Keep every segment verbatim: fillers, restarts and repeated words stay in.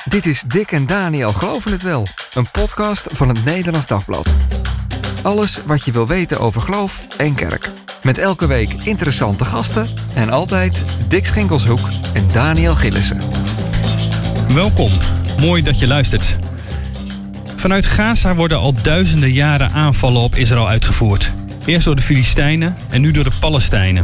Dit is Dick en Daniel Geloven het Wel, een podcast van het Nederlands Dagblad. Alles wat je wil weten over geloof en kerk. Met elke week interessante gasten en altijd Dick Schinkelshoek en Daniel Gillissen. Welkom, mooi dat je luistert. Vanuit Gaza worden al duizenden jaren aanvallen op Israël uitgevoerd. Eerst door de Filistijnen en nu door de Palestijnen.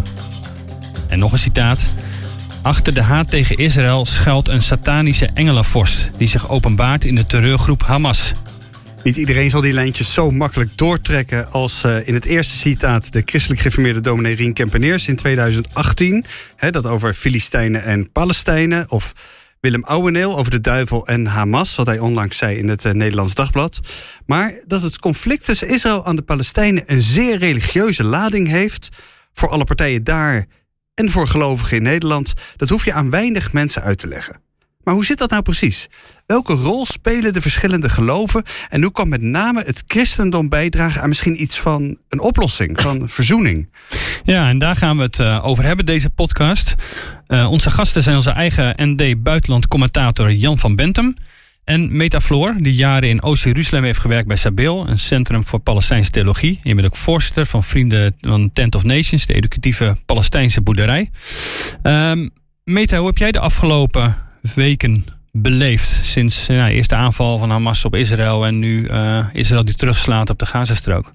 En nog een citaat. Achter de haat tegen Israël schuilt een satanische engelenvorst die zich openbaart in de terreurgroep Hamas. Niet iedereen zal die lijntjes zo makkelijk doortrekken als uh, in het eerste citaat de christelijk gereformeerde dominee Rien Kempeneers in tweeduizend achttien. Hè, dat over Filistijnen en Palestijnen. Of Willem Ouweneel over de duivel en Hamas, wat hij onlangs zei in het uh, Nederlands Dagblad. Maar dat het conflict tussen Israël en de Palestijnen een zeer religieuze lading heeft voor alle partijen daar en voor gelovigen in Nederland, dat hoef je aan weinig mensen uit te leggen. Maar hoe zit dat nou precies? Welke rol spelen de verschillende geloven? En hoe kan met name het christendom bijdragen aan misschien iets van een oplossing, van verzoening? Ja, en daar gaan we het uh, over hebben, deze podcast. Uh, onze gasten zijn onze eigen N D-buitenland-commentator Jan van Bentum en Meta Floor, die jaren in Oost-Jeruzalem heeft gewerkt bij Sabeel, een centrum voor Palestijnse theologie. Je bent ook voorzitter van Vrienden van Tent of Nations, de educatieve Palestijnse boerderij. Um, Meta, hoe heb jij de afgelopen weken beleefd sinds uh, eerst de aanval van Hamas op Israël en nu uh, Israël die terugslaat op de Gazastrook?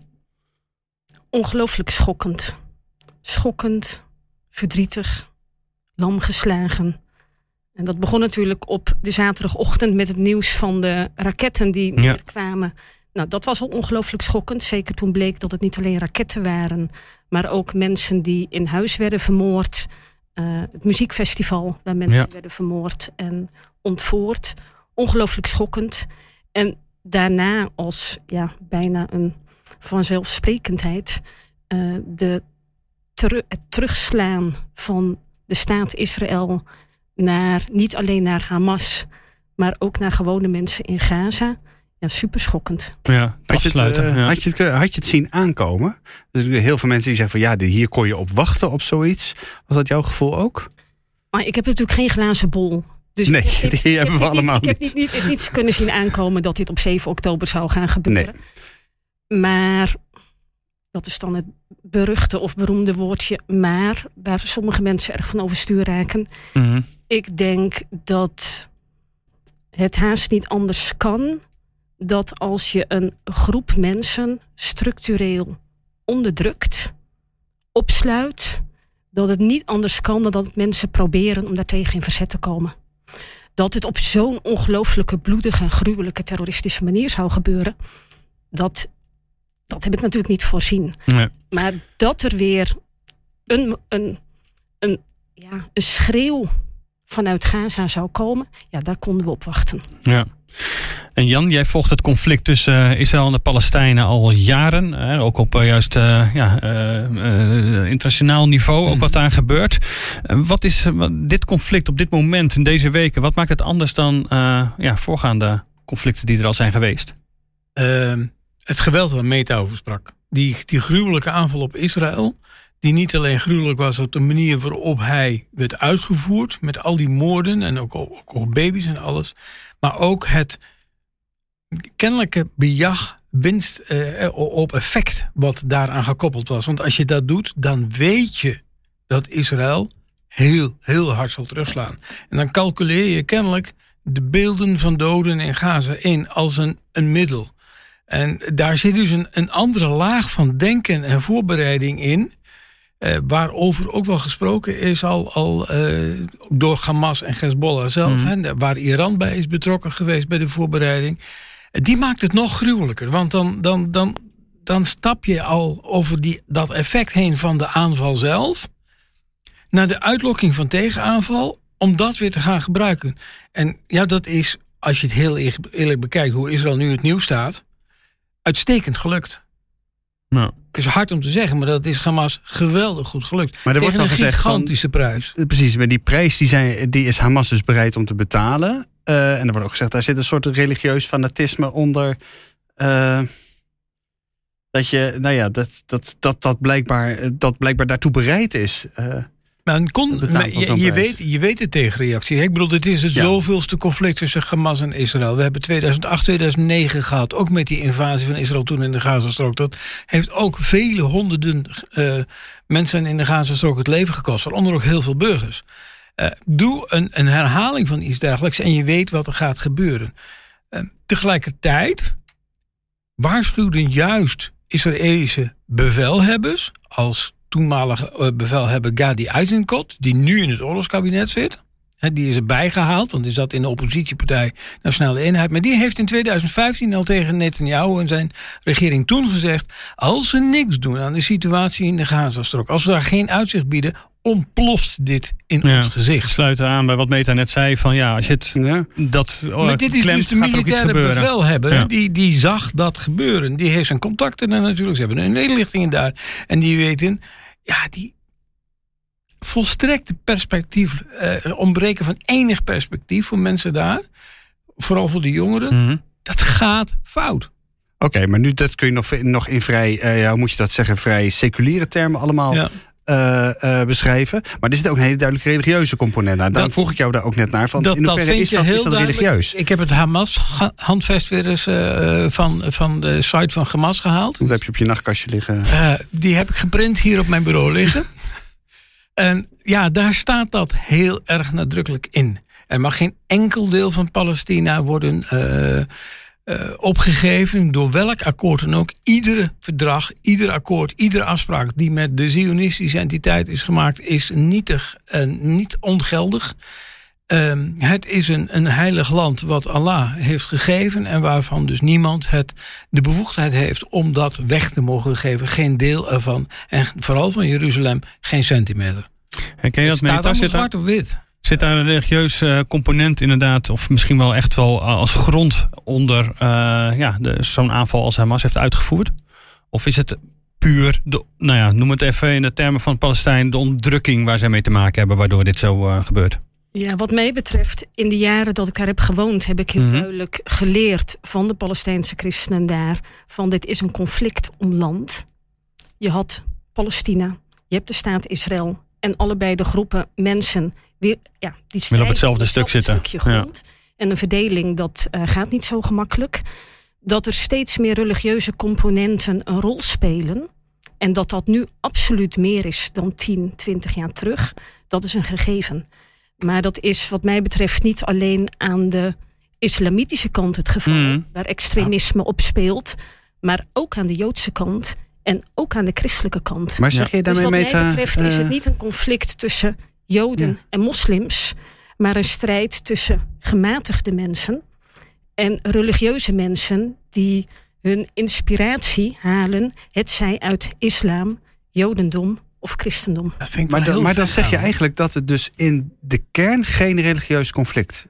Ongelooflijk schokkend. Schokkend, verdrietig, lam geslagen. En dat begon natuurlijk op de zaterdagochtend met het nieuws van de raketten die ja. neerkwamen. Nou, dat was al ongelooflijk schokkend. Zeker toen bleek dat het niet alleen raketten waren, maar ook mensen die in huis werden vermoord. Uh, het muziekfestival waar mensen ja. werden vermoord en ontvoerd. Ongelooflijk schokkend. En daarna als ja, bijna een vanzelfsprekendheid uh, de ter- het terugslaan van de staat Israël naar, niet alleen naar Hamas, maar ook naar gewone mensen in Gaza. Ja, super schokkend. Ja, had, je het, uh, ja. had, je het, had je het zien aankomen? Er zijn heel veel mensen die zeggen van ja, hier kon je op wachten op zoiets. Was dat jouw gevoel ook? Maar ik heb natuurlijk geen glazen bol. Dus nee, ik heb, die ik hebben heb we allemaal niet. niet. Ik heb niet, niet, niet kunnen zien aankomen dat dit op zeven oktober zou gaan gebeuren. Nee. Maar, dat is dan het beruchte of beroemde woordje maar, waar sommige mensen erg van overstuur raken. Mm-hmm. Ik denk dat het haast niet anders kan dat als je een groep mensen structureel onderdrukt, opsluit, dat het niet anders kan dan dat mensen proberen om daartegen in verzet te komen. Dat het op zo'n ongelooflijke, bloedige en gruwelijke terroristische manier zou gebeuren, dat, dat heb ik natuurlijk niet voorzien. Nee. Maar dat er weer een, een, een, ja, een schreeuw vanuit Gaza zou komen, ja, daar konden we op wachten. Ja. En Jan, jij volgt het conflict tussen uh, Israël en de Palestijnen al jaren. Hè, ook op uh, juist uh, ja, uh, uh, internationaal niveau, ook wat daar gebeurt. Uh, wat is uh, dit conflict op dit moment, in deze weken, wat maakt het anders dan uh, ja, voorgaande conflicten die er al zijn geweest? Uh, het geweld waar Meta over sprak. Die, die gruwelijke aanval op Israël, die niet alleen gruwelijk was op de manier waarop hij werd uitgevoerd, met al die moorden en ook, ook, ook baby's en alles, maar ook het kennelijke bejag, winst uh, op effect wat daaraan gekoppeld was. Want als je dat doet, dan weet je dat Israël heel, heel hard zal terugslaan. En dan calculeer je kennelijk de beelden van doden in Gaza in als een, een middel. En daar zit dus een, een andere laag van denken en voorbereiding in, Uh, waarover ook wel gesproken is al, al uh, door Hamas en Hezbollah zelf. Mm. Hè, waar Iran bij is betrokken geweest bij de voorbereiding. Uh, die maakt het nog gruwelijker. Want dan, dan, dan, dan stap je al over die, dat effect heen van de aanval zelf naar de uitlokking van tegenaanval om dat weer te gaan gebruiken. En ja, dat is, als je het heel eerlijk bekijkt hoe Israël nu in het nieuws staat, uitstekend gelukt. Nou. Het is hard om te zeggen, maar dat is Hamas geweldig goed gelukt. Maar er wordt wel gezegd een gigantische van, prijs. Precies, maar die prijs die, zijn, die is Hamas dus bereid om te betalen. Uh, en er wordt ook gezegd, daar zit een soort religieus fanatisme onder. Uh, dat je, nou ja, dat dat, dat, dat, blijkbaar, dat blijkbaar daartoe bereid is. Uh, Maar kon, maar je, je, weet, je weet de tegenreactie. Ik bedoel, dit is het ja. zoveelste conflict tussen Hamas en Israël. We hebben tweeduizend acht, tweeduizend negen gehad. Ook met die invasie van Israël toen in de Gazastrook. Dat heeft ook vele honderden uh, mensen in de Gazastrook het leven gekost. Waaronder ook heel veel burgers. Uh, doe een, een herhaling van iets dergelijks en je weet wat er gaat gebeuren. Uh, tegelijkertijd waarschuwden juist Israëlische bevelhebbers als toenmalige bevelhebber Gadi Eisenkot, die nu in het oorlogskabinet zit. He, die is erbij gehaald, want die zat in de oppositiepartij Nationale Eenheid. Maar die heeft in tweeduizend vijftien al tegen Netanyahu en zijn regering toen gezegd, als we niks doen aan de situatie in de Gazastrook, als we daar geen uitzicht bieden, ontploft dit in ja, ons gezicht. Sluiten aan bij wat Meta net zei, van ja, als je het ja. dat oh, maar dit is klemt, dus de militaire bevelhebber, ja. die, die zag dat gebeuren. Die heeft zijn contacten daar natuurlijk, ze hebben een inlichtingen daar. En die weten, ja, die volstrekte perspectief, eh, ontbreken van enig perspectief voor mensen daar, vooral voor de jongeren, mm-hmm. dat gaat fout. Oké, okay, maar nu dat kun je nog, nog in vrij, uh, hoe moet je dat zeggen, vrij seculiere termen allemaal ja. uh, uh, beschrijven. Maar er zit ook een hele duidelijke religieuze component aan. Daarom vroeg ik jou daar ook net naar. Van, dat, in hoeverre is dat, is dat religieus? Ik heb het Hamas-handvest weer eens uh, van, van de site van Hamas gehaald. Dat heb je op je nachtkastje liggen. Uh, die heb ik geprint hier op mijn bureau liggen. En ja, daar staat dat heel erg nadrukkelijk in. Er mag geen enkel deel van Palestina worden uh, uh, opgegeven, door welk akkoord dan ook. Iedere verdrag, ieder akkoord, iedere afspraak die met de Zionistische entiteit is gemaakt, is nietig en niet ongeldig. Um, het is een, een heilig land wat Allah heeft gegeven en waarvan dus niemand het de bevoegdheid heeft om dat weg te mogen geven. Geen deel ervan. En vooral van Jeruzalem geen centimeter. En ken je dat, het staat zit zwart op wit. Zit daar een religieus uh, component inderdaad, of misschien wel echt wel als grond onder uh, ja, de, zo'n aanval als Hamas heeft uitgevoerd? Of is het puur, de, nou ja, noem het even in de termen van Palestijn, de onderdrukking waar zij mee te maken hebben, waardoor dit zo uh, gebeurt? Ja, wat mij betreft, in de jaren dat ik daar heb gewoond, heb ik heel mm-hmm. duidelijk geleerd van de Palestijnse christenen daar, van dit is een conflict om land. Je had Palestina, je hebt de staat Israël en allebei de groepen mensen weer, ja, die willen op hetzelfde stuk zitten. Stukje grond. Ja. En een verdeling, dat uh, gaat niet zo gemakkelijk. Dat er steeds meer religieuze componenten een rol spelen en dat dat nu absoluut meer is dan tien, twintig jaar terug, dat is een gegeven. Maar dat is wat mij betreft niet alleen aan de islamitische kant het geval, mm. waar extremisme op speelt, maar ook aan de Joodse kant en ook aan de christelijke kant. Maar zeg je daarmee, dus wat Meta, mij betreft uh... is het niet een conflict tussen Joden ja. en moslims, maar een strijd tussen gematigde mensen en religieuze mensen die hun inspiratie halen, hetzij uit islam, jodendom of christendom. Dat vind ik maar dan, maar dan zeg je eigenlijk dat het dus in de kern geen religieus conflict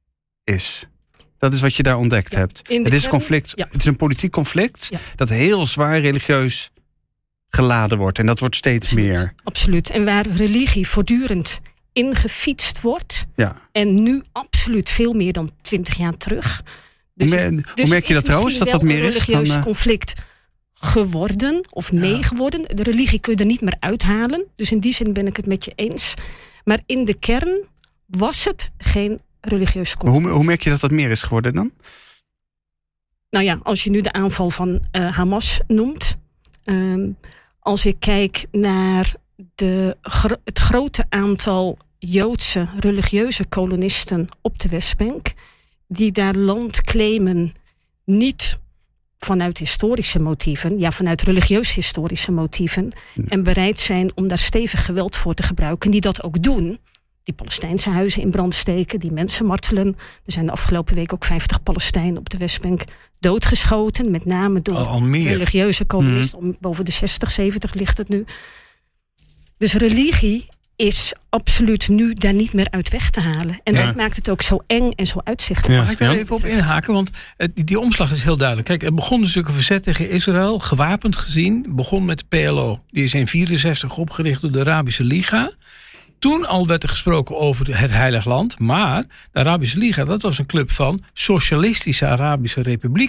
is. Dat is wat je daar ontdekt ja, hebt. Het is, kern, conflict, ja. het is een politiek conflict ja. dat heel zwaar religieus geladen wordt. En dat wordt steeds Absoluut. meer. Absoluut. En waar religie voortdurend ingefietst wordt. Ja. En nu absoluut veel meer dan twintig jaar terug. Dus, hoe, mer- dus hoe merk je dat trouwens? Dat dat meer is? Een religieus dan, uh... conflict geworden of ja. meegeworden. De religie kun je er niet meer uithalen. Dus in die zin ben ik het met je eens. Maar in de kern was het geen religieus conflict. Hoe, hoe merk je dat dat meer is geworden dan? Nou ja, als je nu de aanval van uh, Hamas noemt. Um, als ik kijk naar de, gro- het grote aantal Joodse religieuze kolonisten op de Westbank, die daar land claimen, niet vanuit historische motieven, ja, vanuit religieus-historische motieven, ja. en bereid zijn om daar stevig geweld voor te gebruiken, die dat ook doen. Die Palestijnse huizen in brand steken, die mensen martelen. Er zijn de afgelopen week ook vijftig Palestijnen op de Westbank doodgeschoten, met name door al, al meer. religieuze kolonisten. Mm. Boven de zestig, zeventig ligt het nu. Dus religie is absoluut nu daar niet meer uit weg te halen. En ja. dat maakt het ook zo eng en zo uitzichtelijk. Ja, Mag ik daar even op inhaken? Want die, die omslag is heel duidelijk. Kijk, het begon natuurlijk een verzet tegen Israël, gewapend gezien. Begon met de P L O. Die is in vierenzestig opgericht door de Arabische Liga. Toen al werd er gesproken over het Heilig Land. Maar de Arabische Liga, dat was een club van socialistische Arabische republieken.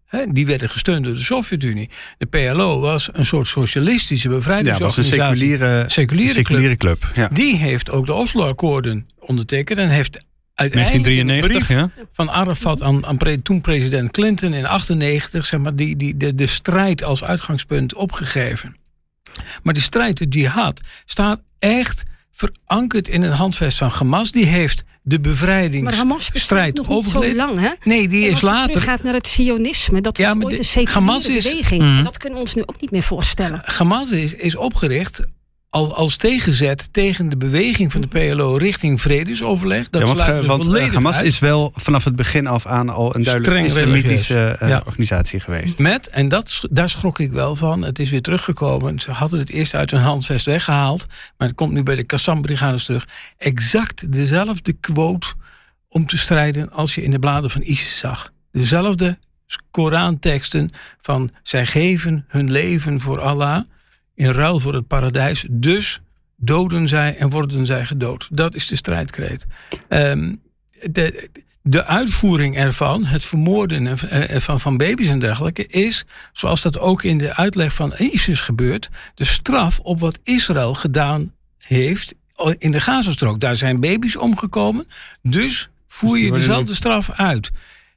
He, die werden gesteund door de Sovjet-Unie. De P L O was een soort socialistische bevrijdingsorganisatie. Ja, was een seculiere, seculiere, seculiere club. club ja. Die heeft ook de Oslo-akkoorden ondertekend en heeft negentien drieënnegentig, brief ja. van Arafat aan, aan pre, toen president Clinton in achtennegentig, zeg maar, die, die, de, de strijd als uitgangspunt opgegeven. Maar die strijd, de jihad, staat echt verankerd in het handvest van Hamas. Die heeft de bevrijdingsstrijd nog niet zo lang, hè? Nee, die en is later. Als je gaat naar het Sionisme, dat was ja, ooit de, een seculiere is, beweging. Mm. En dat kunnen we ons nu ook niet meer voorstellen. Hamas is, is opgericht als, als tegenzet tegen de beweging van de P L O richting vredesoverleg. Dat ja, want sluit dus want uh, Hamas is wel vanaf het begin af aan al een duidelijk islamitische uh, ja. organisatie geweest. Met, en dat, daar schrok ik wel van, het is weer teruggekomen. Ze hadden het eerst uit hun handvest weggehaald, maar het komt nu bij de Qassam-brigades terug. Exact dezelfde quote om te strijden als je in de bladen van ISIS zag. Dezelfde Koranteksten van zij geven hun leven voor Allah in ruil voor het paradijs, dus doden zij en worden zij gedood. Dat is de strijdkreet. Um, de, de uitvoering ervan, het vermoorden van, van baby's en dergelijke, is, zoals dat ook in de uitleg van ISIS gebeurt, de straf op wat Israël gedaan heeft in de Gazastrook. Daar zijn baby's omgekomen, dus voer je dezelfde straf uit.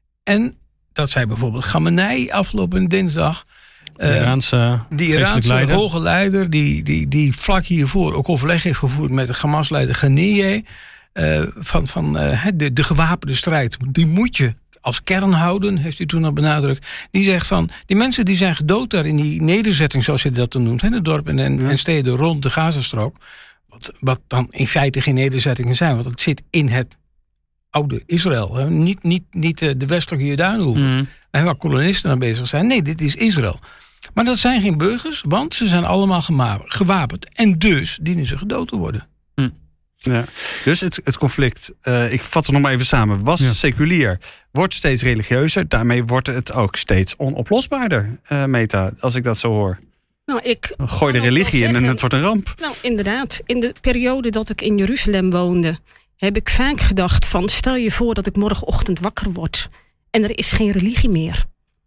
En dat zei bijvoorbeeld Khamenei afgelopen dinsdag. De Iraanse, uh, die Iraanse leider. hoge leider, die, die, die vlak hiervoor ook overleg heeft gevoerd met de Hamas-leider Ghaniyeh. Uh, van van uh, de, de gewapende strijd. Die moet je als kern houden, heeft hij toen al benadrukt. Die zegt van, die mensen die zijn gedood daar in die nederzetting, zoals je dat dan noemt, hè, de dorpen en, ja. en steden rond de Gazastrook. Wat, wat dan in feite geen nederzettingen zijn, want het zit in het oude Israël. Hè. Niet, niet, niet de westelijke Jordaanhoeven. Mm. En waar kolonisten aan bezig zijn. Nee, dit is Israël. Maar dat zijn geen burgers, want ze zijn allemaal gewapend. En dus dienen ze gedood te worden. Hm. Ja. Dus het, het conflict, uh, ik vat het nog maar even samen, was ja. seculier, wordt steeds religieuzer. Daarmee wordt het ook steeds onoplosbaarder, uh, Meta, als ik dat zo hoor. Nou, ik Gooi de religie in en het wordt een ramp. Nou, inderdaad. In de periode dat ik in Jeruzalem woonde, heb ik vaak gedacht van, stel je voor dat ik morgenochtend wakker word en er is geen religie meer.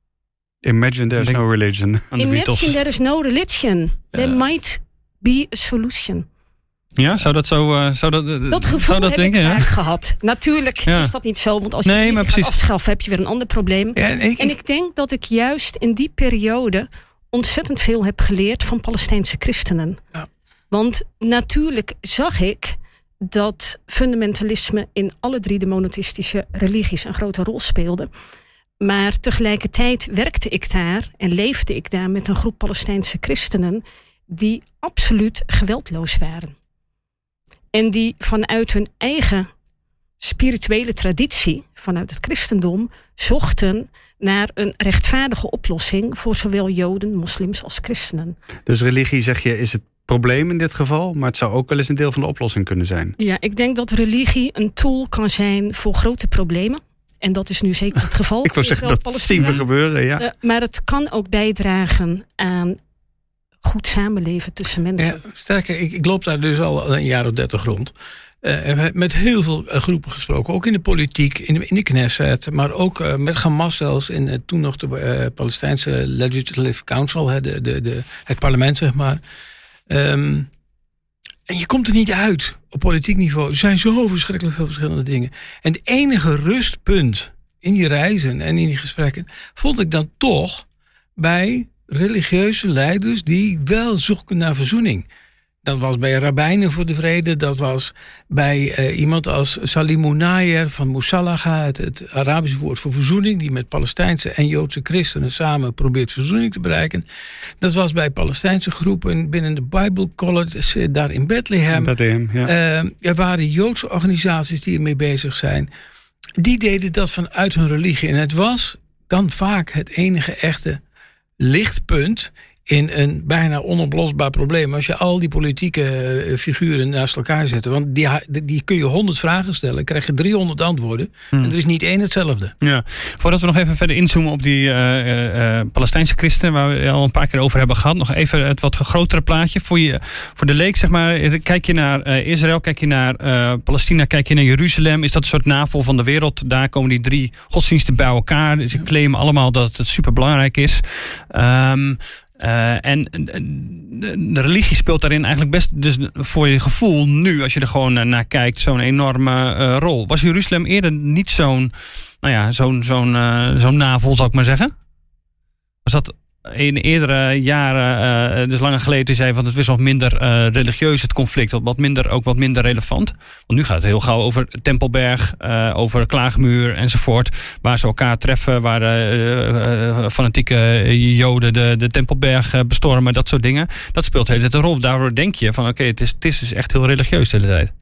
Imagine there's no religion. Imagine there is no religion. Ja. There might be a solution. Ja, zou dat zo... Uh, zou dat, uh, dat gevoel zou dat heb denken, ik ja? vaak gehad. Natuurlijk ja. is dat niet zo, want als je nee, gaat afschaffen heb je weer een ander probleem. Ja, en, ik, en ik denk dat ik juist in die periode ontzettend veel heb geleerd van Palestijnse christenen. Ja. Want natuurlijk zag ik dat fundamentalisme in alle drie de monotheïstische religies een grote rol speelde. Maar tegelijkertijd werkte ik daar en leefde ik daar met een groep Palestijnse christenen die absoluut geweldloos waren. En die vanuit hun eigen spirituele traditie, vanuit het christendom, zochten naar een rechtvaardige oplossing voor zowel Joden, moslims als christenen. Dus religie, zeg je, is het probleem in dit geval, maar het zou ook wel eens een deel van de oplossing kunnen zijn. Ja, ik denk dat religie een tool kan zijn voor grote problemen. En dat is nu zeker het geval. Ik wil zeggen, dat zien we gebeuren, ja. Uh, maar het kan ook bijdragen aan goed samenleven tussen mensen. Ja, sterker, ik, ik loop daar dus al een jaar of dertig rond. Uh, met heel veel uh, groepen gesproken. Ook in de politiek, in de, in de Knesset. Maar ook uh, met Hamas zelfs. In uh, toen nog de uh, Palestijnse Legislative Council. Hè, de, de, de, het parlement, zeg maar. Um, en je komt er niet uit op politiek niveau. Er zijn zo verschrikkelijk veel verschillende dingen. En het enige rustpunt in die reizen en in die gesprekken vond ik dan toch bij religieuze leiders die wel zoeken naar verzoening. Dat was bij rabbijnen voor de vrede. Dat was bij uh, iemand als Salim Nayer van Musalaha, het, het Arabische woord voor verzoening, die met Palestijnse en Joodse christenen samen probeert verzoening te bereiken. Dat was bij Palestijnse groepen binnen de Bible College daar in Bethlehem. Bethlehem ja. uh, er waren Joodse organisaties die ermee bezig zijn. Die deden dat vanuit hun religie. En het was dan vaak het enige echte lichtpunt in een bijna onoplosbaar probleem. Als je al die politieke uh, figuren naast elkaar zet. Want die, die kun je honderd vragen stellen. Krijg je driehonderd antwoorden. Hmm. En er is niet één hetzelfde. Ja. Voordat we nog even verder inzoomen op die uh, uh, Palestijnse christenen. Waar we al een paar keer over hebben gehad. Nog even het wat grotere plaatje. Voor, je, voor de leek, zeg maar. Kijk je naar uh, Israël. Kijk je naar uh, Palestina. Kijk je naar Jeruzalem. Is dat een soort navel van de wereld. Daar komen die drie godsdiensten bij elkaar. Ze ja. claimen allemaal dat het super belangrijk is. Um, Uh, en de religie speelt daarin eigenlijk best, dus voor je gevoel nu, als je er gewoon naar kijkt, zo'n enorme uh, rol. Was Jeruzalem eerder niet zo'n, nou ja, zo'n, zo'n, uh, zo'n navel, zou ik maar zeggen? Was dat in eerdere jaren, uh, dus langer geleden, toen zei van het was wat minder uh, religieus het conflict, wat minder, ook wat minder relevant. Want nu gaat het heel gauw over Tempelberg, uh, over Klaagmuur enzovoort, waar ze elkaar treffen, waar uh, uh, fanatieke Joden de, de Tempelberg uh, bestormen, dat soort dingen. Dat speelt de hele tijd een rol. Daardoor denk je van oké, okay, het, is, het is dus echt heel religieus de hele tijd.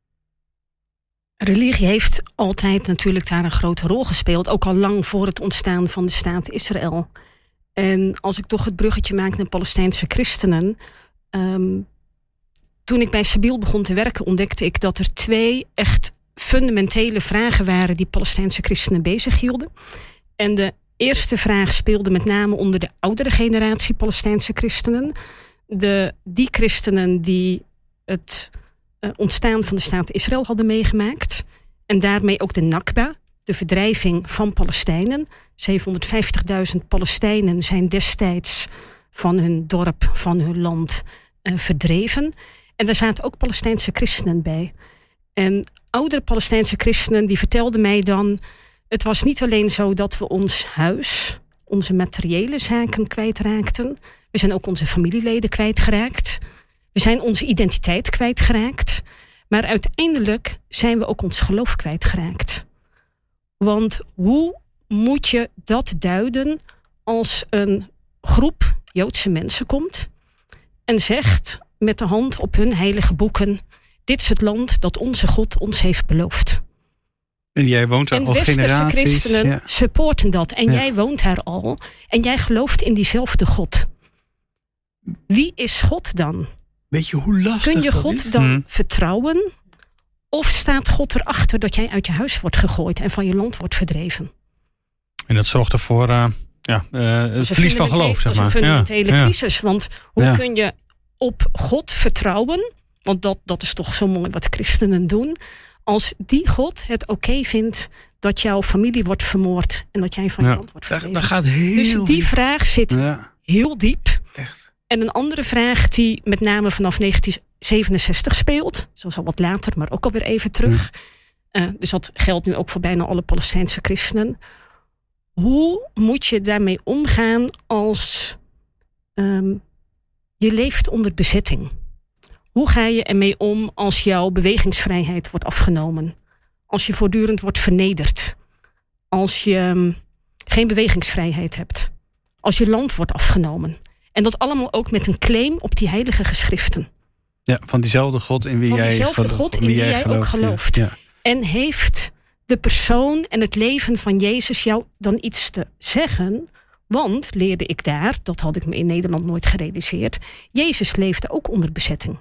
Religie heeft altijd natuurlijk daar een grote rol gespeeld, ook al lang voor het ontstaan van de staat Israël. En als ik toch het bruggetje maak naar Palestijnse christenen. Um, toen ik bij Sabeel begon te werken, ontdekte ik dat er twee echt fundamentele vragen waren die Palestijnse christenen bezighielden. En de eerste vraag speelde met name onder de oudere generatie Palestijnse christenen. De, die christenen die het uh, ontstaan van de staat Israël hadden meegemaakt. En daarmee ook de Nakba, de verdrijving van Palestijnen. zevenhonderdvijftigduizend Palestijnen zijn destijds van hun dorp, van hun land uh, verdreven. En daar zaten ook Palestijnse christenen bij. En oudere Palestijnse christenen die vertelden mij dan, het was niet alleen zo dat we ons huis, onze materiële zaken kwijtraakten. We zijn ook onze familieleden kwijtgeraakt. We zijn onze identiteit kwijtgeraakt. Maar uiteindelijk zijn we ook ons geloof kwijtgeraakt. Want hoe moet je dat duiden als een groep Joodse mensen komt en zegt met de hand op hun heilige boeken, dit is het land dat onze God ons heeft beloofd. En jij woont daar en al generaties. En westerse christenen ja. supporten dat. En ja. jij woont daar al. En jij gelooft in diezelfde God. Wie is God dan? Weet je hoe lastig Kun je dat God is? dan hmm. vertrouwen? Of staat God erachter dat jij uit je huis wordt gegooid en van je land wordt verdreven? En dat zorgt ervoor uh, ja, uh, het verlies van geloof, zeg maar. Dat is een fundamentele ja. crisis. Want hoe ja. kun je op God vertrouwen? Want dat, dat is toch zo mooi wat christenen doen. Als die God het oké okay vindt dat jouw familie wordt vermoord en dat jij van je ja. land wordt Dat, verdreven. dat gaat heel dus die diep. vraag zit Ja. heel diep. Echt. En een andere vraag die met name vanaf negentien zevenenzestig speelt. Zoals al wat later, maar ook alweer even terug. Ja. Uh, dus dat geldt nu ook voor bijna alle Palestijnse christenen. Hoe moet je daarmee omgaan als um, je leeft onder bezetting? Hoe ga je ermee om als jouw bewegingsvrijheid wordt afgenomen? Als je voortdurend wordt vernederd? Als je um, geen bewegingsvrijheid hebt? Als je land wordt afgenomen? En dat allemaal ook met een claim op die heilige geschriften. Ja, van diezelfde God in wie van jij diezelfde gelooft. God in wie jij gelooft, ook gelooft. Ja. Ja. En heeft de persoon en het leven van Jezus jou dan iets te zeggen? Want, leerde ik daar, dat had ik me in Nederland nooit gerealiseerd, Jezus leefde ook onder bezetting.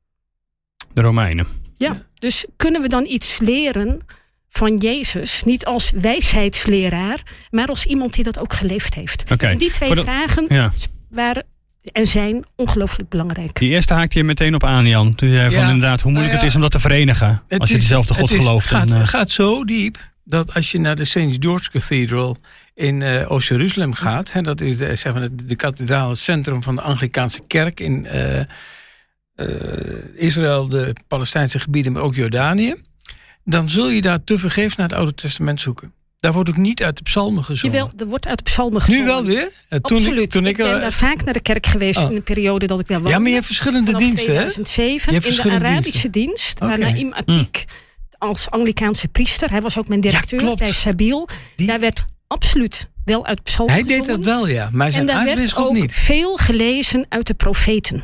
De Romeinen. Ja, ja. Dus kunnen we dan iets leren van Jezus, niet als wijsheidsleraar, maar als iemand die dat ook geleefd heeft. Okay. En die twee de, vragen ja. waren en zijn ongelooflijk belangrijk. Die eerste haakte je meteen op aan, Jan. Toen zei van ja, inderdaad hoe moeilijk nou ja, het is om dat te verenigen. Het als je is, dezelfde God het is, gelooft. Het gaat, en, uh, gaat zo diep dat als je naar de Saint George Cathedral in uh, Oost-Jeruzalem gaat. Hè, dat is de, zeg maar de, de kathedraal, het centrum van de Anglikaanse kerk in uh, uh, Israël, de Palestijnse gebieden, maar ook Jordanië. Dan zul je daar tevergeefs naar het Oude Testament zoeken. Daar wordt ook niet uit de psalmen gezongen. Jawel, er wordt uit de psalmen gezongen. Nu wel weer? Uh, toen Absoluut. Ik, toen ik, ik ben uh, daar vaak naar de kerk geweest oh. in de periode dat ik daar woonde. Ja, maar je hebt verschillende vanaf diensten, tweeduizend zeven, hè? Je hebt in de Arabische diensten. dienst, Okay. waar Naim Atik mm. als Anglikaanse priester, hij was ook mijn directeur ja, bij Sabeel. Die... Daar werd absoluut wel uit psalmen Hij gezongen. deed dat wel, ja. Maar zijn en daar werd ook niet. veel gelezen uit de profeten.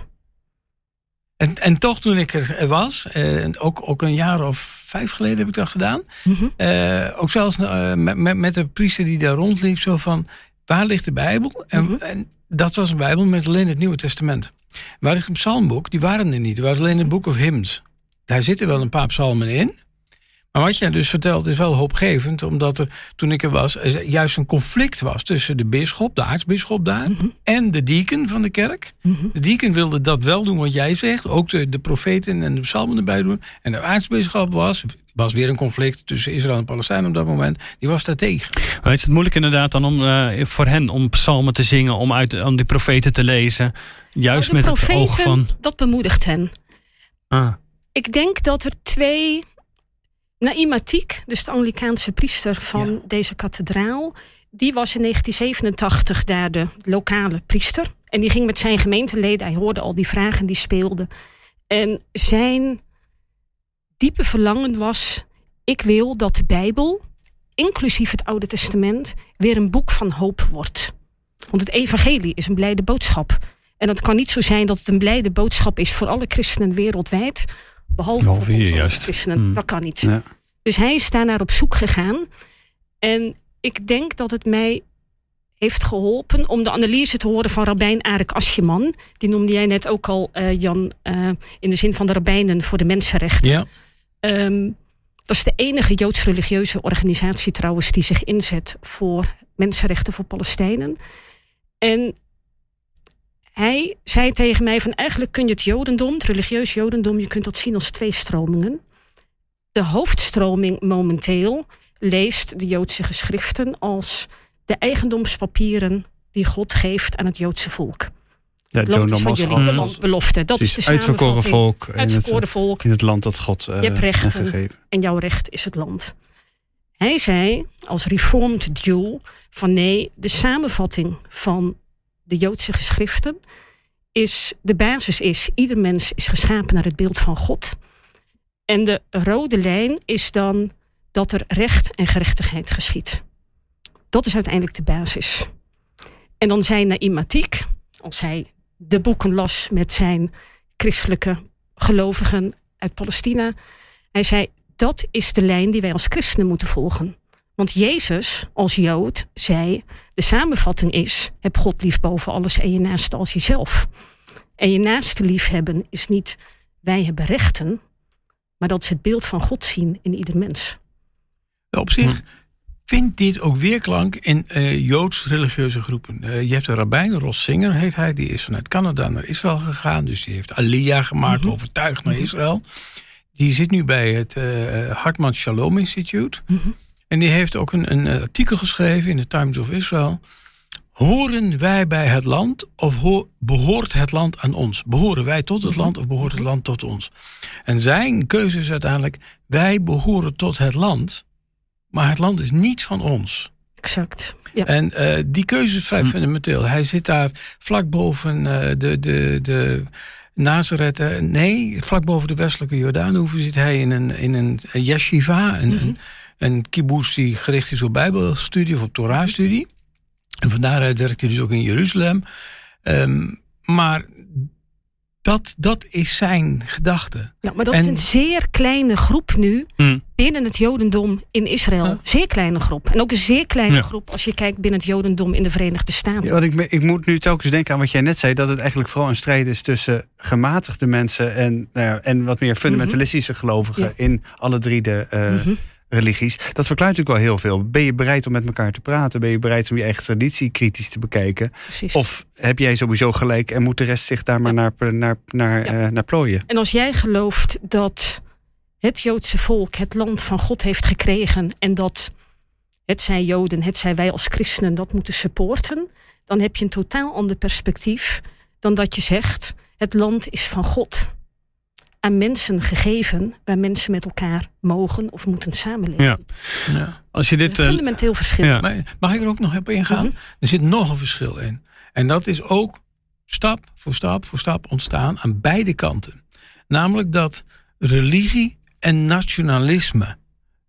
En, en toch, toen ik er was, eh, ook, ook een jaar of vijf geleden heb ik dat gedaan. Mm-hmm. Uh, ook zelfs uh, met, met, met de priester die daar rondliep, zo van, waar ligt de Bijbel? En, mm-hmm. en dat was een Bijbel met alleen het Nieuwe Testament. Maar het psalmboek, die waren er niet. Er was alleen het Book of Hymns. Daar zitten wel een paar psalmen in. Maar wat jij dus vertelt is wel hoopgevend. Omdat er, toen ik er was, er juist een conflict was tussen de bisschop, de aartsbisschop daar, mm-hmm. en de dieken van de kerk. Mm-hmm. De dieken wilden dat wel doen wat jij zegt. Ook de, de profeten en de psalmen erbij doen. En de aartsbisschop was... was weer een conflict tussen Israël en Palestijn op dat moment. Die was daar tegen. Maar is het moeilijk inderdaad dan om uh, voor hen om psalmen te zingen, om, uit, om die profeten te lezen? Juist nou, met profeten, het oog van... dat bemoedigt hen. Ah. Ik denk dat er twee... Naïm Atik, dus de Anglikaanse priester van ja. deze kathedraal, die was in negentien zevenentachtig daar de lokale priester. En die ging met zijn gemeenteleden, hij hoorde al die vragen die speelden. En zijn diepe verlangen was, ik wil dat de Bijbel, inclusief het Oude Testament, weer een boek van hoop wordt. Want het evangelie is een blijde boodschap. En het kan niet zo zijn dat het een blijde boodschap is voor alle christenen wereldwijd, behalve voor onze christenen. Hmm. Dat kan niet. Ja. Dus hij is daar naar op zoek gegaan. En ik denk dat het mij heeft geholpen om de analyse te horen van rabbijn Arik Asjeman. Die noemde jij net ook al, uh, Jan, uh, in de zin van de rabbijnen voor de mensenrechten. Ja. Um, dat is de enige joods-religieuze organisatie trouwens die zich inzet voor mensenrechten voor Palestijnen. En hij zei tegen mij van eigenlijk kun je het jodendom, het religieus jodendom, je kunt dat zien als twee stromingen. De hoofdstroming momenteel leest de Joodse geschriften als de eigendomspapieren die God geeft aan het Joodse volk. Ja, het land is van jullie, de landbelofte. Dat Precies, is de uitverkoren volk, uitverkoren in het, volk. In het land dat God uh, je hebt rechten gegeven. En jouw recht is het land. Hij zei als Reformed Jew van nee, de samenvatting van de Joodse geschriften is, de basis is, ieder mens is geschapen naar het beeld van God. En de rode lijn is dan dat er recht en gerechtigheid geschiet. Dat is uiteindelijk de basis. En dan zei Naïm Atik, als hij de boeken las met zijn christelijke gelovigen uit Palestina, hij zei, dat is de lijn die wij als christenen moeten volgen. Want Jezus als Jood zei, de samenvatting is, heb God lief boven alles en je naaste als jezelf. En je naaste liefhebben is niet, wij hebben rechten, maar dat is het beeld van God zien in ieder mens. Op zich vindt dit ook weerklank in uh, Joods-religieuze groepen. Uh, je hebt een rabbijn, Ross Singer heet hij, die is vanuit Canada naar Israël gegaan. Dus die heeft Aliyah gemaakt, mm-hmm. overtuigd naar Israël. Die zit nu bij het uh, Hartman Shalom Institute. Mm-hmm. En die heeft ook een, een artikel geschreven in de Times of Israel. Horen wij bij het land of ho- behoort het land aan ons? Behoren wij tot het land of behoort het land tot ons? En zijn keuze is uiteindelijk, wij behoren tot het land, maar het land is niet van ons. Exact. Ja. En uh, die keuze is vrij hm. fundamenteel. Hij zit daar vlak boven uh, de, de, de Nazareth. Uh, nee, vlak boven de westelijke Jordaanhoever zit hij in een, in een yeshiva, een, mm-hmm. een, een kibbutz die gericht is op bijbelstudie of op Torah-studie. En van daaruit werkt hij dus ook in Jeruzalem. Um, maar dat, dat is zijn gedachte. Ja, maar dat en, is een zeer kleine groep nu hmm. binnen het Jodendom in Israël. Ja. Zeer kleine groep. En ook een zeer kleine ja. groep als je kijkt binnen het Jodendom in de Verenigde Staten. Ja, want ik, ik moet nu telkens denken aan wat jij net zei. Dat het eigenlijk vooral een strijd is tussen gematigde mensen en, nou, en wat meer fundamentalistische mm-hmm. gelovigen ja. in alle drie de uh, mm-hmm. religies. Dat verklaart natuurlijk wel heel veel. Ben je bereid om met elkaar te praten? Ben je bereid om je eigen traditie kritisch te bekijken? Precies. Of heb jij sowieso gelijk en moet de rest zich daar maar ja. naar, naar, naar, ja. uh, naar plooien? En als jij gelooft dat het Joodse volk het land van God heeft gekregen en dat het zij Joden, het zij wij als christenen dat moeten supporten, dan heb je een totaal ander perspectief dan dat je zegt, het land is van God. Aan mensen gegeven, waar mensen met elkaar mogen of moeten samenleven. Ja. Ja. Als je dit, een fundamenteel uh, verschil. Ja. Maar mag ik er ook nog op ingaan? Mm-hmm. Er zit nog een verschil in. En dat is ook stap voor stap voor stap ontstaan aan beide kanten. Namelijk dat religie en nationalisme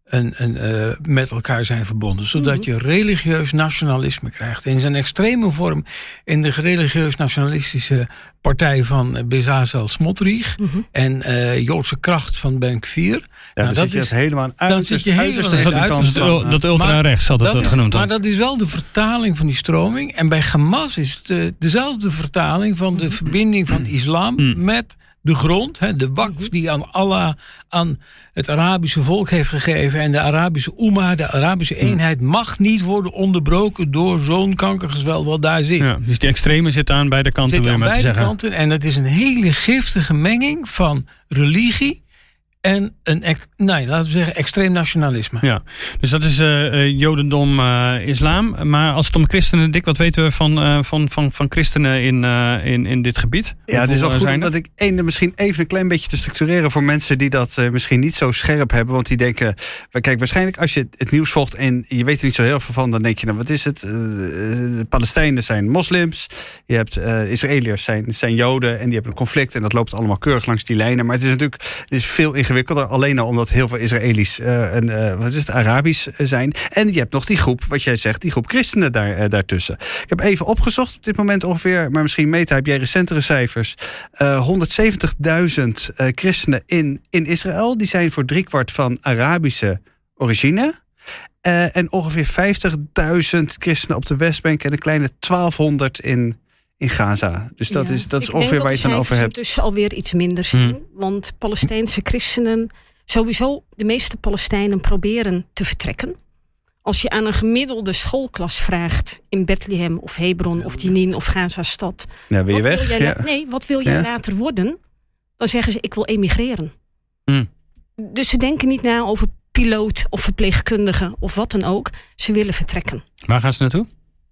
een, een, uh, met elkaar zijn verbonden. Zodat je religieus nationalisme krijgt. In zijn extreme vorm in de religieus nationalistische partij van Bezalel Smotrich mm-hmm. en uh, Joodse kracht van Ben Gvir. Ja, nou, dat is helemaal aan dan zit je helemaal dat, dat ultra-rechts had het dat genoemd. Maar dat is wel de vertaling van die stroming. En bij Hamas is het uh, dezelfde vertaling van de verbinding van islam mm. met de grond, hè, de wakf die aan Allah, aan het Arabische volk heeft gegeven. En de Arabische Oema, de Arabische eenheid, mag niet worden onderbroken door zo'n kankergezwel wat daar zit. Ja, dus die extreme zit aan beide kanten, wil je maar te zeggen. Aan beide kanten. En dat is een hele giftige menging van religie en een, nee, laten we zeggen, extreem nationalisme. Ja, dus dat is uh, Jodendom, uh, islam. Maar als het om christenen, Dick, wat weten we van, uh, van, van, van christenen in, uh, in, in dit gebied? Ja, het is wel goed dat ik één, misschien even een klein beetje te structureren voor mensen die dat uh, misschien niet zo scherp hebben. Want die denken, kijk, waarschijnlijk als je het nieuws volgt en je weet er niet zo heel veel van, dan denk je, nou, wat is het? Uh, de Palestijnen zijn moslims, je hebt uh, Israëliërs zijn, zijn Joden en die hebben een conflict en dat loopt allemaal keurig langs die lijnen. Maar het is natuurlijk het is veel ingewikkelder. Alleen al omdat heel veel Israëli's uh, en uh, wat is het, Arabisch zijn. En je hebt nog die groep, wat jij zegt, die groep christenen daar, uh, daartussen. Ik heb even opgezocht op dit moment ongeveer, maar misschien Meta, heb jij recentere cijfers. Uh, honderdzeventigduizend uh, christenen in, in Israël. Die zijn voor driekwart van Arabische origine. Uh, en ongeveer vijftigduizend christenen op de Westbank en een kleine twaalfhonderd in in Gaza. Dus dat ja, is, dat is ongeveer waar je het dan over hebt. Dus alweer iets minder zijn. Hmm. Want Palestijnse christenen, sowieso de meeste Palestijnen proberen te vertrekken. Als je aan een gemiddelde schoolklas vraagt in Bethlehem of Hebron of Jenin of Gaza-stad. Ja, wil je weg? Wil jij, ja. Nee, wat wil jij ja. later worden? Dan zeggen ze, ik wil emigreren. Hmm. Dus ze denken niet na over piloot of verpleegkundige of wat dan ook. Ze willen vertrekken. Waar gaan ze naartoe?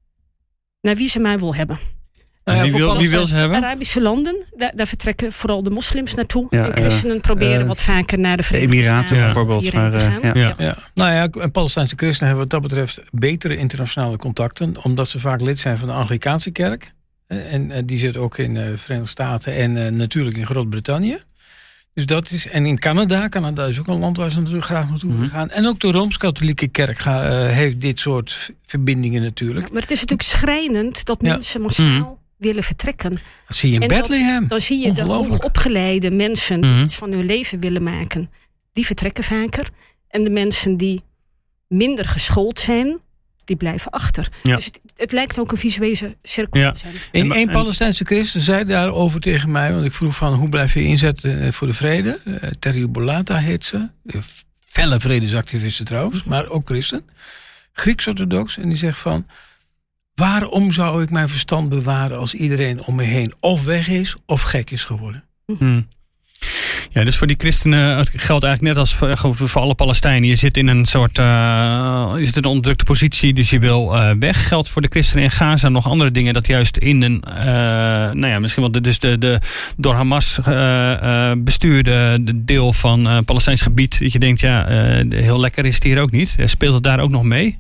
Naar wie ze maar wil hebben. Uh, wie, wil, wie wil ze hebben? Arabische landen, daar, daar vertrekken vooral de moslims naartoe. Ja, en christenen uh, proberen uh, wat vaker naar de Verenigde Emiraten ja. bijvoorbeeld. Maar, uh, ja. Ja. Ja. Nou ja, en Palestijnse christenen hebben wat dat betreft betere internationale contacten, omdat ze vaak lid zijn van de Anglikaanse kerk. En, en die zit ook in de Verenigde Staten en uh, natuurlijk in Groot-Brittannië. Dus dat is, en in Canada, Canada is ook een land waar ze natuurlijk graag naartoe mm-hmm. gaan. En ook de Rooms-Katholieke kerk ga, uh, heeft dit soort verbindingen natuurlijk. Ja, maar het is natuurlijk schrijnend dat ja. mensen massaal mm-hmm. willen vertrekken. Dat zie je in en Bethlehem. Dat, dan zie je de hoogopgeleide mensen die mm-hmm. iets van hun leven willen maken. Die vertrekken vaker. En de mensen die minder geschoold zijn, die blijven achter. Ja. Dus het, het lijkt ook een visuele cirkel ja. te zijn. In één Palestijnse christen zei daarover tegen mij, want ik vroeg van hoe blijf je inzetten voor de vrede? Uh, Terry Bolata heet ze. Felle vredesactivisten trouwens, maar ook christen. Grieks-orthodox. En die zegt van, waarom zou ik mijn verstand bewaren als iedereen om me heen of weg is of gek is geworden? Hmm. Ja, dus voor die christenen het geldt eigenlijk net als voor, voor alle Palestijnen. Je zit in een soort uh, je zit in een onderdrukte positie, dus je wil uh, weg. Geldt voor de christenen in Gaza nog andere dingen dat juist in een, uh, nou ja, misschien wel de, dus de, de door Hamas uh, uh, bestuurde deel van uh, Palestijns gebied. Dat je denkt, ja, uh, heel lekker is het hier ook niet. Speelt het daar ook nog mee?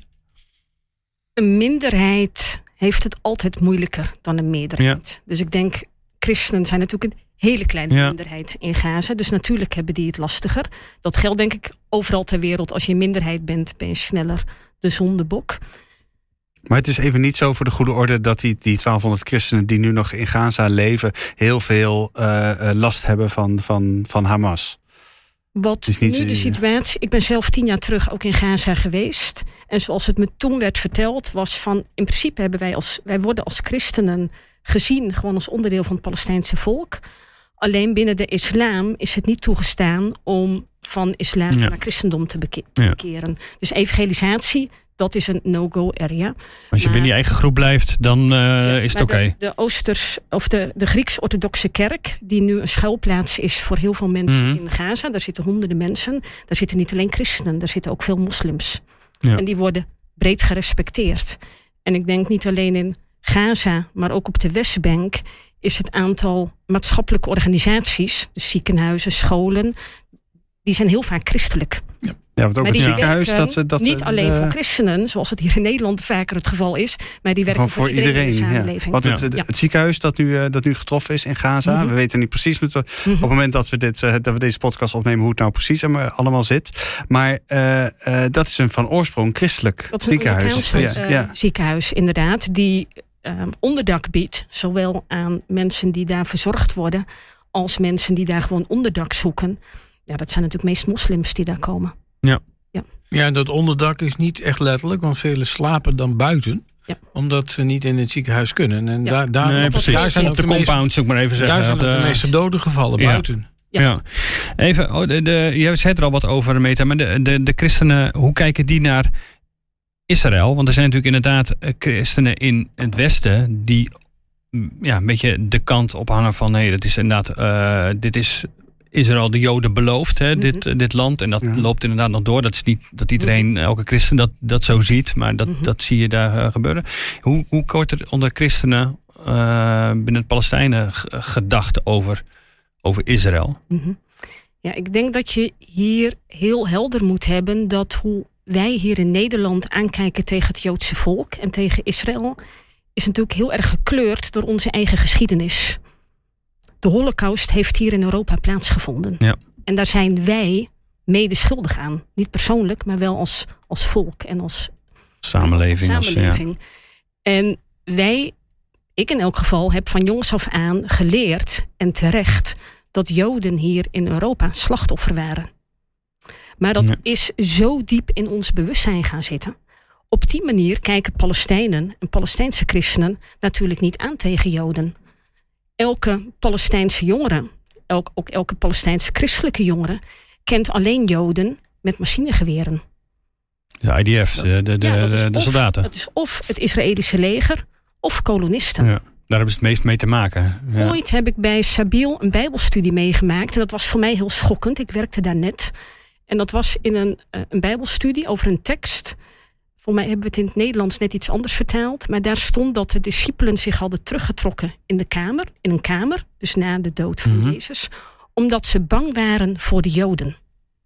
Een minderheid heeft het altijd moeilijker dan een meerderheid. Ja. Dus ik denk, christenen zijn natuurlijk een hele kleine ja. minderheid in Gaza. Dus natuurlijk hebben die het lastiger. Dat geldt denk ik overal ter wereld. Als je een minderheid bent, ben je sneller de zondebok. Maar het is even niet zo voor de goede orde dat die, die twaalfhonderd christenen die nu nog in Gaza leven heel veel uh, last hebben van, van, van Hamas. Wat niet, nu de situatie... Ik ben zelf tien jaar terug ook in Gaza geweest. En zoals het me toen werd verteld was van, in principe hebben wij als wij worden als christenen gezien gewoon als onderdeel van het Palestijnse volk. Alleen binnen de islam is het niet toegestaan om van islam ja. naar christendom te, beke- te ja. bekeren. Dus evangelisatie, dat is een no-go area. Als je maar, binnen je eigen groep blijft, dan uh, ja, is het oké. Okay. De, de Oosters of de, de Grieks-orthodoxe kerk, die nu een schuilplaats is voor heel veel mensen mm-hmm. in Gaza. Daar zitten honderden mensen. Daar zitten niet alleen christenen, daar zitten ook veel moslims. Ja. En die worden breed gerespecteerd. En ik denk niet alleen in Gaza, maar ook op de Westbank is het aantal maatschappelijke organisaties, dus ziekenhuizen, scholen, die zijn heel vaak christelijk. Ja, want ook maar het die ziekenhuis... werken Dat, ze, dat niet ze, alleen de, voor christenen, zoals het hier in Nederland vaker het geval is, maar die werken voor iedereen, iedereen in de ja. samenleving. Want het, Ja. het, het ziekenhuis dat nu, uh, dat nu getroffen is in Gaza... Mm-hmm. We weten niet precies hoe het, mm-hmm. op het moment dat we, dit, uh, dat we deze podcast opnemen... hoe het nou precies allemaal zit. Maar uh, uh, dat is een van oorsprong christelijk dat ziekenhuis. Dat is een uh, ja. ziekenhuis, inderdaad, die um, onderdak biedt. Zowel aan mensen die daar verzorgd worden... als mensen die daar gewoon onderdak zoeken. Ja, dat zijn natuurlijk meest moslims die daar komen. Ja. Ja, ja dat onderdak is niet echt letterlijk, want velen slapen dan buiten. Ja. Omdat ze niet in het ziekenhuis kunnen. En ja. daar, daar, nee, precies. Daar zijn op de, de compound, zou ik maar even zeggen. Daar zijn de, de meeste doden gevallen, ja. buiten. Ja. ja. Even, oh, de, de, je zei er al wat over, Meta, maar de, de, de christenen, hoe kijken die naar Israël? Want er zijn natuurlijk inderdaad christenen in het Westen die ja, een beetje de kant ophangen van nee, dat is inderdaad, uh, dit is Israël de Joden beloofd, hè, mm-hmm. dit, dit land. En dat ja. loopt inderdaad nog door. Dat is niet dat iedereen, mm-hmm. elke christen dat, dat zo ziet, maar dat, mm-hmm. dat zie je daar uh, gebeuren. Hoe, hoe wordt er onder christenen uh, binnen het Palestijnen g- gedacht over, over Israël? Mm-hmm. Ja, ik denk dat je hier heel helder moet hebben dat hoe wij hier in Nederland aankijken tegen het Joodse volk en tegen Israël, is natuurlijk heel erg gekleurd door onze eigen geschiedenis. De Holocaust heeft hier in Europa plaatsgevonden. Ja. En daar zijn wij mede schuldig aan. Niet persoonlijk, maar wel als, als volk en als samenleving. Als samenleving. Als, ja. En wij, ik in elk geval, heb van jongs af aan geleerd, en terecht, dat Joden hier in Europa slachtoffer waren. Maar dat ja. is zo diep in ons bewustzijn gaan zitten. Op die manier kijken Palestijnen en Palestijnse christenen natuurlijk niet aan tegen Joden. Elke Palestijnse jongere, elk, ook elke Palestijnse christelijke jongere, kent alleen Joden met machinegeweren. De I D F, de, de, de, ja, de, de soldaten. Het is of het Israëlische leger of kolonisten. Ja, daar hebben ze het meest mee te maken. Ja. Ooit heb ik bij Sabil een bijbelstudie meegemaakt. En dat was voor mij heel schokkend. Ik werkte daar net. En dat was in een, uh, een bijbelstudie over een tekst. Voor mij hebben we het in het Nederlands net iets anders vertaald. Maar daar stond dat de discipelen zich hadden teruggetrokken in de kamer. In een kamer, dus na de dood van mm-hmm. Jezus. Omdat ze bang waren voor de Joden.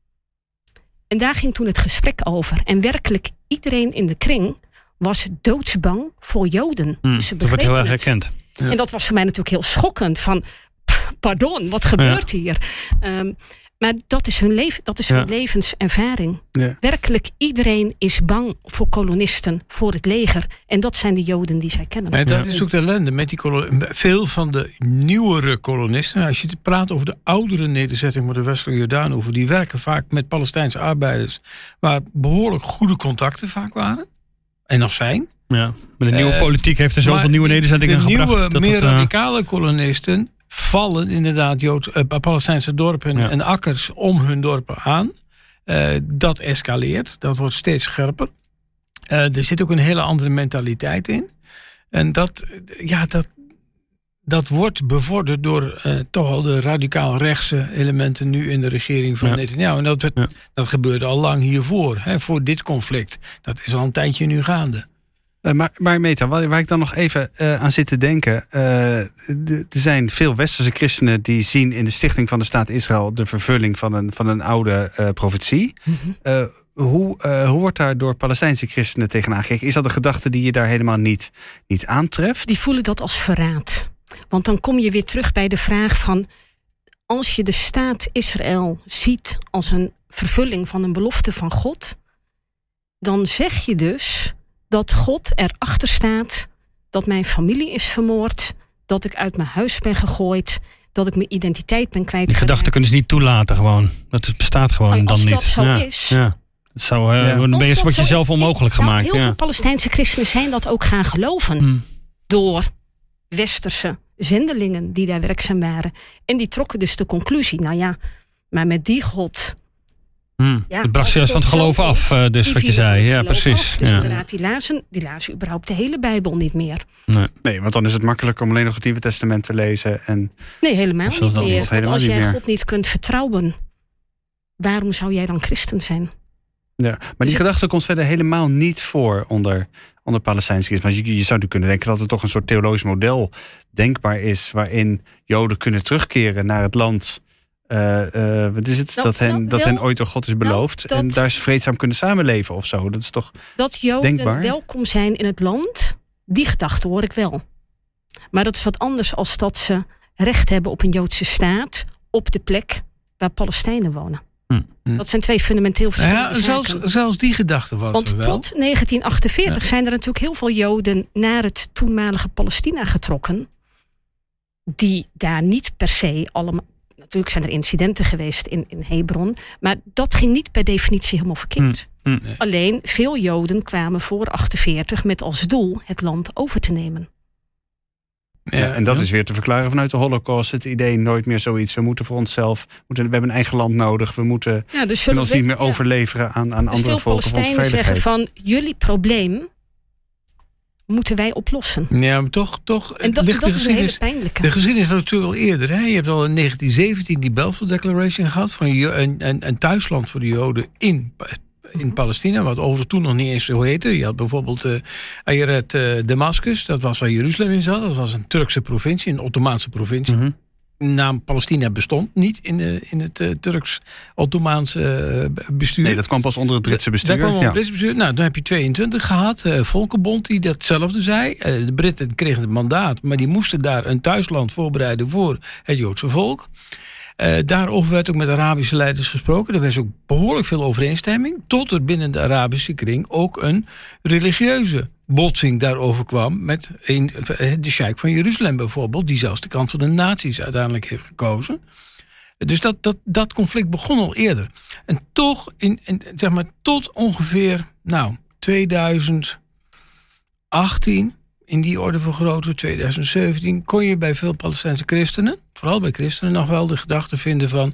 En daar ging toen het gesprek over. En werkelijk iedereen in de kring was doodsbang voor Joden. Mm, dus ze dat wordt heel erg het. herkend. Ja. En dat was voor mij natuurlijk heel schokkend. Van, pardon, wat gebeurt ja. hier? Um, Maar dat is hun, leven, dat is hun ja. levenservaring. Ja. Werkelijk iedereen is bang voor kolonisten, voor het leger. En dat zijn de Joden die zij kennen. En dat ja. is ook de ellende met die kolonisten. Veel van de nieuwere kolonisten, als je praat over de oudere nederzetting met de westelijke Jordaanoever, die werken vaak met Palestijnse arbeiders, waar behoorlijk goede contacten vaak waren. En nog zijn. Ja. Maar de nieuwe uh, politiek heeft er zoveel nieuwe nederzettingen de gebracht. De nieuwe, dat meer dat, uh... radicale kolonisten vallen inderdaad Jood, uh, Palestijnse dorpen ja. en akkers om hun dorpen aan. Uh, dat escaleert. Dat wordt steeds scherper. Uh, er zit ook een hele andere mentaliteit in. En dat, ja, dat, dat wordt bevorderd door uh, toch al de radicaal rechtse elementen nu in de regering van ja. Netanyahu. En dat, werd, ja. dat gebeurde al lang hiervoor. Hè, voor dit conflict. Dat is al een tijdje nu gaande. Uh, maar, maar Meta, waar, waar ik dan nog even uh, aan zit te denken. Uh, er zijn veel westerse christenen die zien in de stichting van de staat Israël de vervulling van een, van een oude uh, profetie. Mm-hmm. Uh, hoe, uh, hoe wordt daar door Palestijnse christenen tegenaan gekeken? Is dat een gedachte die je daar helemaal niet, niet aantreft? Die voelen dat als verraad. Want dan kom je weer terug bij de vraag van, als je de staat Israël ziet als een vervulling van een belofte van God, dan zeg je dus dat God erachter staat dat mijn familie is vermoord, dat ik uit mijn huis ben gegooid, dat ik mijn identiteit ben kwijtgeraakt. Die gedachten kunnen ze niet toelaten gewoon. Dat bestaat gewoon nou, dan niet. Als dat zo ja. is. Ja. Het zou, uh, ja. Dan ben je wat jezelf onmogelijk ik, gemaakt. Nou, heel ja. veel Palestijnse christenen zijn dat ook gaan geloven. Hmm. Door westerse zendelingen die daar werkzaam waren. En die trokken dus de conclusie, nou ja, maar met die God. Hmm. Ja, het bracht juist van het geloof af, uh, dus wat je zei. Ja, precies. Dus ja. inderdaad, die lazen, die lazen überhaupt de hele Bijbel niet meer. Nee. nee, want dan is het makkelijk om alleen nog het Nieuwe Testament te lezen. En nee, helemaal niet meer. Want helemaal als niet jij meer. God niet kunt vertrouwen, waarom zou jij dan christen zijn? Ja, maar die dus gedachte komt verder helemaal niet voor onder, onder Palestijnse christenen. Want je, je zou natuurlijk kunnen denken dat er toch een soort theologisch model denkbaar is, waarin Joden kunnen terugkeren naar het land Uh, uh, wat is het? Nou, dat hen, nou, dat wel, hen ooit door God is beloofd. Nou, en dat, daar is vreedzaam kunnen samenleven of zo. Dat is toch dat Joden denkbaar? welkom zijn in het land, die gedachte hoor ik wel. Maar dat is wat anders als dat ze recht hebben op een Joodse staat op de plek waar Palestijnen wonen. Hm. Dat zijn twee fundamenteel verschillende Ja, zaken. zelfs, zelfs die gedachte was Want er wel. tot negentien achtenveertig ja. zijn er natuurlijk heel veel Joden naar het toenmalige Palestina getrokken. Die daar niet per se allemaal... Natuurlijk zijn er incidenten geweest in, in Hebron. Maar dat ging niet per definitie helemaal verkeerd. Hm. Hm. Nee. Alleen veel Joden kwamen voor achtenveertig met als doel het land over te nemen. Ja, ja, en dat ja. is weer te verklaren vanuit de Holocaust. Het idee nooit meer zoiets. We moeten voor onszelf. Moeten, we hebben een eigen land nodig. We moeten ja, dus kunnen ons we, niet meer ja. overleveren aan, aan dus andere volken voor onze veiligheid. zeggen van jullie probleem moeten wij oplossen. Ja, maar toch, toch en dat, ligt dat de is een hele pijnlijke. De geschiedenis is natuurlijk al eerder. Hè? Je hebt al in negentien zeventien die Balfour Declaration gehad van een, een, een thuisland voor de Joden in. In Palestina, wat overigens toen nog niet eens zo heette. Je had bijvoorbeeld uh, Ayeret uh, Damascus, dat was waar Jeruzalem in zat. Dat was een Turkse provincie, een Ottomaanse provincie. Mm-hmm. De naam Palestina bestond niet in, de, in het uh, Turks-Ottomaanse uh, bestuur. Nee, dat kwam pas onder het Britse bestuur. Dat kwam onder ja. het Britse bestuur. Nou, dan heb je tweeëntwintig gehad, uh, Volkenbond die datzelfde zei. Uh, de Britten kregen het mandaat, maar die moesten daar een thuisland voorbereiden voor het Joodse volk. Uh, daarover werd ook met Arabische leiders gesproken. Er was ook behoorlijk veel overeenstemming. Tot er binnen de Arabische kring ook een religieuze botsing daarover kwam. Met een, de sheik van Jeruzalem bijvoorbeeld. Die zelfs de kant van de nazi's uiteindelijk heeft gekozen. Dus dat, dat, dat conflict begon al eerder. En toch, in, in, zeg maar, tot ongeveer nou, twintig achttien... in die orde van grootte, twintig zeventien... kon je bij veel Palestijnse christenen, vooral bij christenen, nog wel de gedachte vinden van,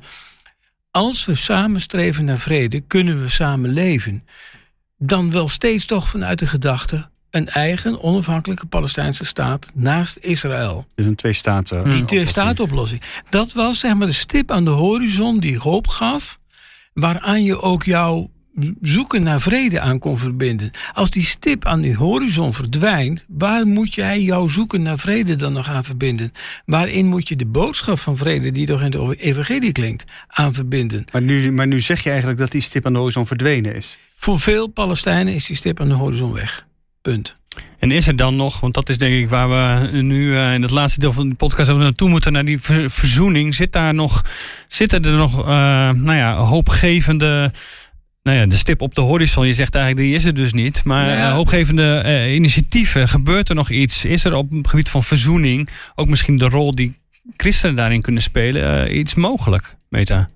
als we samen streven naar vrede, kunnen we samen leven. Dan wel steeds toch vanuit de gedachte een eigen onafhankelijke Palestijnse staat naast Israël. Dus een twee-staten Die twee-staten-oplossing. Dat was zeg maar de stip aan de horizon die hoop gaf, waaraan je ook jouw zoeken naar vrede aan kon verbinden. Als die stip aan die horizon verdwijnt, waar moet jij jouw zoeken naar vrede dan nog aan verbinden? Waarin moet je de boodschap van vrede, die toch in de evangelie klinkt, aan verbinden? Maar nu, maar nu zeg je eigenlijk dat die stip aan de horizon verdwenen is. Voor veel Palestijnen is die stip aan de horizon weg. Punt. En is er dan nog, want dat is denk ik waar we nu uh, in het laatste deel van de podcast over naartoe moeten, naar die ver- verzoening. Zit daar nog, zitten er nog uh, nou ja, hoopgevende... Nou ja, de stip op de horizon, je zegt eigenlijk, die is er dus niet. Maar ja. uh, hoopgevende uh, initiatieven, gebeurt er nog iets? Is er op het gebied van verzoening, ook misschien de rol die christenen daarin kunnen spelen, uh, iets mogelijk, Meta?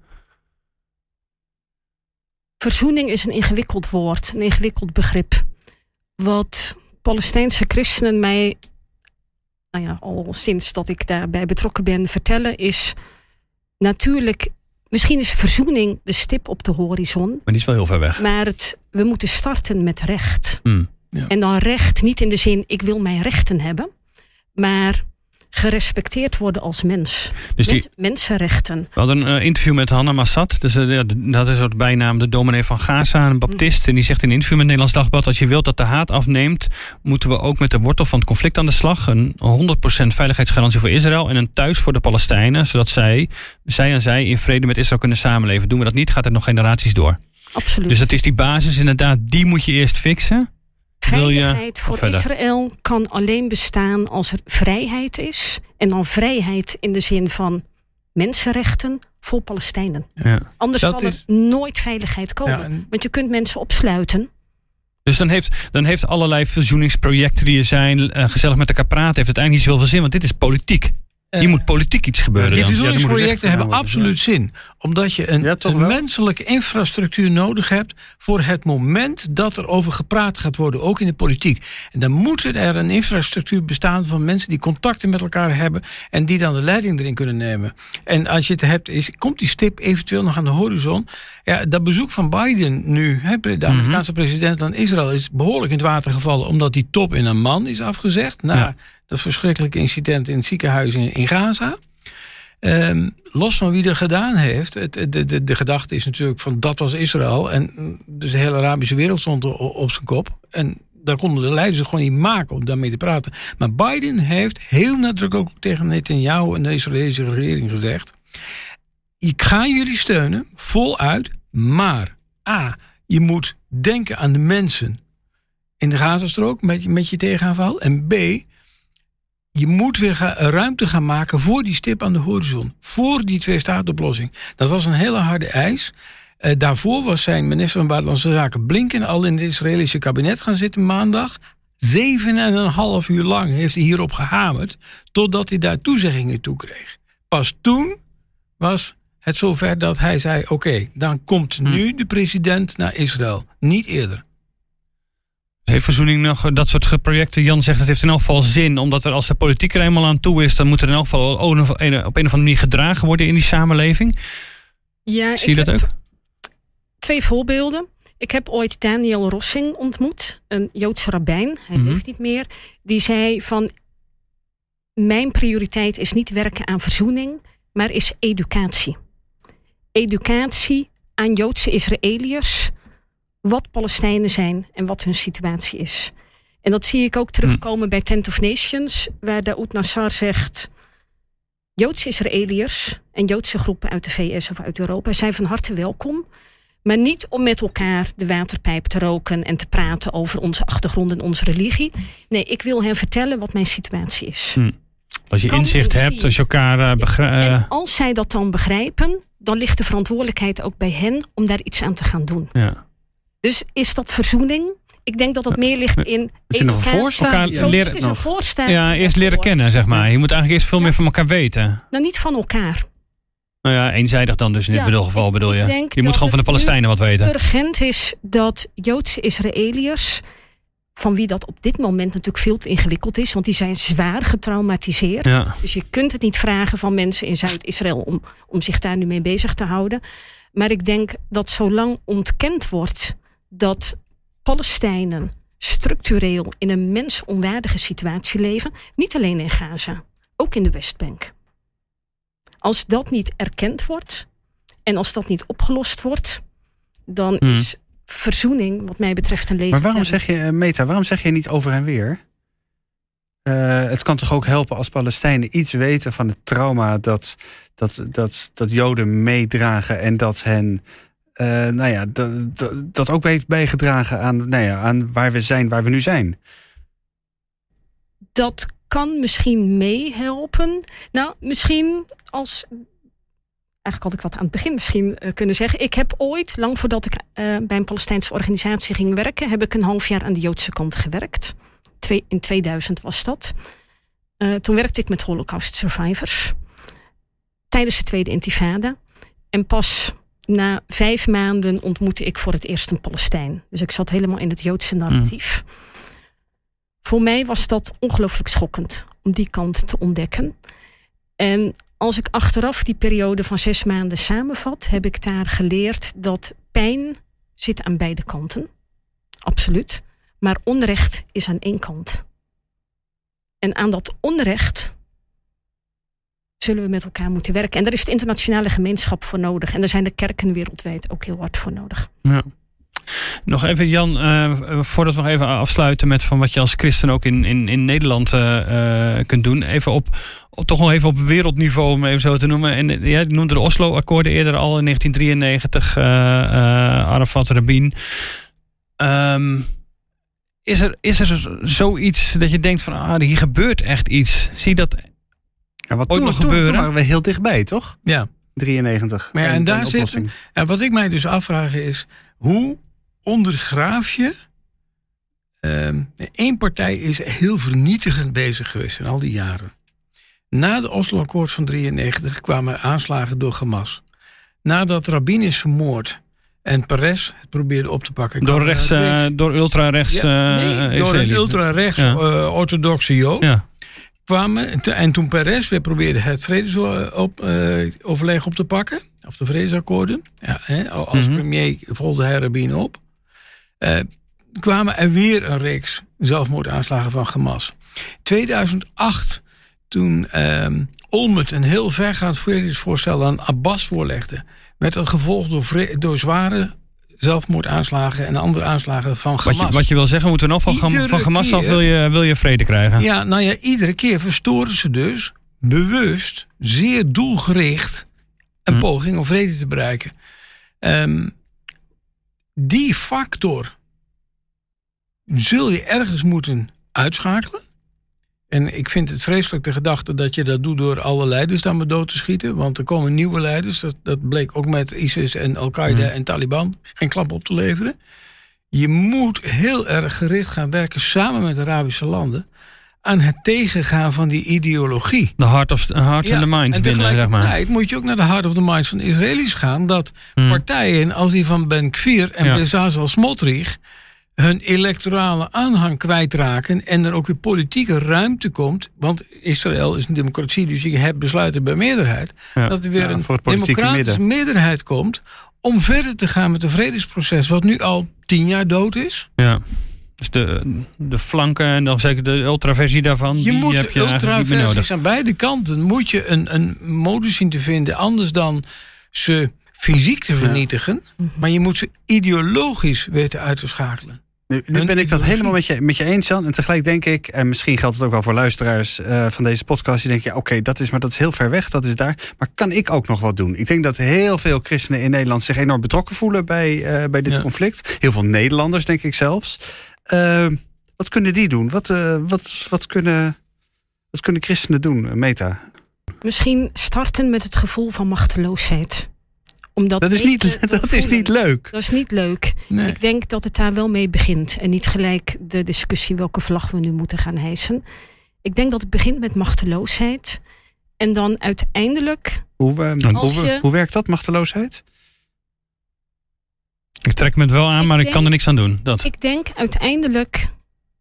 Verzoening is een ingewikkeld woord, een ingewikkeld begrip. Wat Palestijnse christenen mij, nou ja, al sinds dat ik daarbij betrokken ben, vertellen is natuurlijk... Misschien is verzoening de stip op de horizon. Maar die is wel heel ver weg. Maar het, we moeten starten met recht. Mm, ja. En dan recht niet in de zin, ik wil mijn rechten hebben. Maar gerespecteerd worden als mens. Dus met die, mensenrechten. We hadden een uh, interview met Hanna Massad. Dus, uh, ja, dat is ook de bijnaam de dominee van Gaza, een baptist. Mm. En die zegt in een interview met het Nederlands Dagblad, als je wilt dat de haat afneemt, moeten we ook met de wortel van het conflict aan de slag. Een honderd procent veiligheidsgarantie voor Israël en een thuis voor de Palestijnen. Zodat zij, zij en zij in vrede met Israël kunnen samenleven. Doen we dat niet, gaat het nog generaties door. Absoluut. Dus dat is die basis inderdaad, die moet je eerst fixen. Veiligheid voor Israël kan alleen bestaan als er vrijheid is. En dan vrijheid in de zin van mensenrechten voor Palestijnen. Ja. Anders dat zal er is... nooit veiligheid komen. Ja, en... Want je kunt mensen opsluiten. Dus dan heeft, dan heeft allerlei verzoeningsprojecten die er zijn, uh, gezellig met elkaar praten, heeft uiteindelijk niet zoveel zin, want dit is politiek. Hier uh, moet politiek iets gebeuren. Die dan. verzoeningsprojecten Ja, hebben absoluut zin. Omdat je een, ja, een menselijke infrastructuur nodig hebt voor het moment dat er over gepraat gaat worden, ook in de politiek. En dan moet er een infrastructuur bestaan van mensen die contacten met elkaar hebben en die dan de leiding erin kunnen nemen. En als je het hebt, is, komt die stip eventueel nog aan de horizon. Ja, dat bezoek van Biden nu, hè, de Amerikaanse mm-hmm. president aan Israël, is behoorlijk in het water gevallen, omdat die top in een man is afgezegd. Na ja. dat verschrikkelijke incident in het ziekenhuis in, in Gaza. Um, los van wie er gedaan heeft. Het, de, de, de gedachte is natuurlijk van dat was Israël. En dus de hele Arabische wereld stond op, op zijn kop. En daar konden de leiders het gewoon niet maken om daarmee te praten. Maar Biden heeft heel nadrukkelijk ook tegen Netanyahu en de Israëlische regering gezegd: ik ga jullie steunen, voluit. Maar A, je moet denken aan de mensen in de Gazastrook met, met je tegenaanval. En B, je moet weer ga, ruimte gaan maken voor die stip aan de horizon. Voor die twee-staten-oplossing. Dat was een hele harde eis. Uh, daarvoor was zijn minister van Buitenlandse Zaken Blinken al in het Israëlische kabinet gaan zitten maandag. Zeven en een half uur lang heeft hij hierop gehamerd, totdat hij daar toezeggingen toe kreeg. Pas toen was het zover dat hij zei, oké, okay, dan komt nu de president naar Israël. Niet eerder. Heeft verzoening nog dat soort projecten? Jan zegt, dat heeft in elk geval zin, omdat er als de politiek er eenmaal aan toe is, dan moet er in elk geval op een of andere manier gedragen worden in die samenleving. Ja, zie je dat ook? Twee voorbeelden. Ik heb ooit Daniel Rossing ontmoet, een Joodse rabbijn, hij Mm-hmm. leeft niet meer. Die zei van, mijn prioriteit is niet werken aan verzoening, maar is educatie. Educatie aan Joodse Israëliërs, wat Palestijnen zijn en wat hun situatie is. En dat zie ik ook terugkomen mm. bij Tent of Nations, waar Daoud Nassar zegt, Joodse Israëliërs en Joodse groepen uit de V S of uit Europa zijn van harte welkom. Maar niet om met elkaar de waterpijp te roken en te praten over onze achtergrond en onze religie. Nee, ik wil hen vertellen wat mijn situatie is. Hm. Als je kan inzicht hebt, zien. als je elkaar uh, begrijpt. En als zij dat dan begrijpen, dan ligt de verantwoordelijkheid ook bij hen om daar iets aan te gaan doen. Ja. Dus is dat verzoening? Ik denk dat dat meer ligt in Is er nog een voorstel? Elkaar Zo, leren, het is een voorstel. ja, eerst leren kennen, zeg maar. Je moet eigenlijk eerst veel meer van elkaar weten. Nou, niet van elkaar. Nou ja, eenzijdig dan dus in dit Ja, bedoel geval bedoel je. denk Je moet dat gewoon van de het Palestijnen wat weten. Urgent is dat Joodse Israëliërs, van wie dat op dit moment natuurlijk veel te ingewikkeld is, want die zijn zwaar getraumatiseerd. Ja. Dus je kunt het niet vragen van mensen in Zuid-Israël om, om zich daar nu mee bezig te houden. Maar ik denk dat zolang ontkend wordt dat Palestijnen structureel in een mensonwaardige situatie leven, niet alleen in Gaza, ook in de Westbank. Als dat niet erkend wordt en als dat niet opgelost wordt, dan Hmm. is verzoening wat mij betreft een leven. Maar waarom zeg je, Meta, waarom zeg je niet over en weer? Uh, het kan toch ook helpen als Palestijnen iets weten van het trauma dat, dat, dat, dat Joden meedragen en dat hen uh, nou ja, dat, dat, dat ook heeft bijgedragen aan, nou ja, aan waar we zijn, waar we nu zijn. Dat kan misschien meehelpen. Nou, misschien als... Eigenlijk had ik dat aan het begin misschien uh, kunnen zeggen. Ik heb ooit, lang voordat ik uh, bij een Palestijnse organisatie ging werken, heb ik een half jaar aan de Joodse kant gewerkt. Twee, in tweeduizend was dat. Uh, toen werkte ik met Holocaust survivors. Tijdens de Tweede Intifada. En pas na vijf maanden ontmoette ik voor het eerst een Palestijn. Dus ik zat helemaal in het Joodse narratief. Mm. Voor mij was dat ongelooflijk schokkend om die kant te ontdekken. En als ik achteraf die periode van zes maanden samenvat, heb ik daar geleerd dat pijn zit aan beide kanten. Absoluut. Maar onrecht is aan één kant. En aan dat onrecht zullen we met elkaar moeten werken. En daar is de internationale gemeenschap voor nodig. En daar zijn de kerken wereldwijd ook heel hard voor nodig. Ja. Nog even Jan, uh, voordat we nog even afsluiten met van wat je als christen ook in, in, in Nederland uh, uh, kunt doen. Even op, op, toch wel even op wereldniveau, om even zo te noemen. En jij ja, noemde de Oslo-akkoorden eerder al in negentien drieënnegentig, uh, uh, Arafat, Rabin. Um, is, er, is er zoiets dat je denkt van, ah, hier gebeurt echt iets? Zie je dat ja, wat ooit toen, nog toen, gebeuren? Toen waren we heel dichtbij, toch? Ja. drieënnegentig. Maar ja, en, en daar zit. En wat ik mij dus afvraag is, hoe ondergraaf je... Um, één partij is heel vernietigend bezig geweest in al die jaren. Na de Oslo-akkoord van drieënnegentig kwamen aanslagen door Hamas. Nadat Rabin is vermoord en Peres het probeerde op te pakken. Door, rechts, uh, door ultra-rechts... Ja, nee, uh, door een ultra-rechts ja. uh, orthodoxe Jood. Ja. Kwamen, en toen Peres weer probeerde het vredesoverleg op te pakken, of de vredesakkoorden, ja, hè, als mm-hmm. premier volgde hij Rabin op, uh, kwamen er weer een reeks zelfmoordaanslagen van Hamas. tweeduizend acht, toen um, Olmert een heel vergaand vredesvoorstel aan Abbas voorlegde, werd dat gevolgd door, vre- door zware zelfmoordaanslagen en andere aanslagen van Hamas. Wat je, wat je wil zeggen, moeten we nog van, van Hamas af wil je, wil je vrede krijgen? Ja, nou ja, iedere keer verstoren ze dus bewust, zeer doelgericht een hm. poging om vrede te bereiken. Um, die factor zul je ergens moeten uitschakelen. En ik vind het vreselijk de gedachte dat je dat doet door alle leiders dan maar dood te schieten. Want er komen nieuwe leiders. Dat, dat bleek ook met ISIS en Al-Qaeda mm. en Taliban. Geen klap op te leveren. Je moet heel erg gericht gaan werken samen met de Arabische landen aan het tegengaan van die ideologie. De heart of heart ja, and the mind en binnen, zeg maar. Nee, moet je ook naar de heart of the minds van de Israëli's gaan. Dat mm. partijen als die van Ben Gvir en ja. Bezalel Smotrich hun electorale aanhang kwijtraken en er ook weer politieke ruimte komt. Want Israël is een democratie, dus je hebt besluiten bij meerderheid. Ja. Dat er weer ja, een democratische midden. meerderheid komt om verder te gaan met het vredesproces, wat nu al tien jaar dood is. Ja. Dus de, de flanken en dan zeker de ultraversie daarvan, je die moet heb je eigenlijk niet meer nodig. Aan beide kanten moet je een, een modus zien te vinden, anders dan ze fysiek te vernietigen, ja. maar je moet ze ideologisch weten uit te schakelen. Nu, nu ben ik dat helemaal met je, met je eens, Jan. En tegelijk denk ik, en misschien geldt het ook wel voor luisteraars uh, van deze podcast, die denken, ja, oké, okay, dat is, maar dat is heel ver weg, dat is daar. Maar kan ik ook nog wat doen? Ik denk dat heel veel christenen in Nederland zich enorm betrokken voelen bij, uh, bij dit ja. conflict. Heel veel Nederlanders, denk ik zelfs. Uh, wat kunnen die doen? Wat, uh, wat, wat, kunnen, wat kunnen christenen doen, Meta? Misschien starten met het gevoel van machteloosheid. Omdat dat is, niet, dat is niet leuk. Dat is niet leuk. Nee. Ik denk dat het daar wel mee begint. En niet gelijk de discussie welke vlag we nu moeten gaan hijsen. Ik denk dat het begint met machteloosheid. En dan uiteindelijk... Hoe, uh, hoe, je, hoe werkt dat, machteloosheid? Ik trek me het wel aan, ik maar denk, ik kan er niks aan doen. Dat. Ik denk uiteindelijk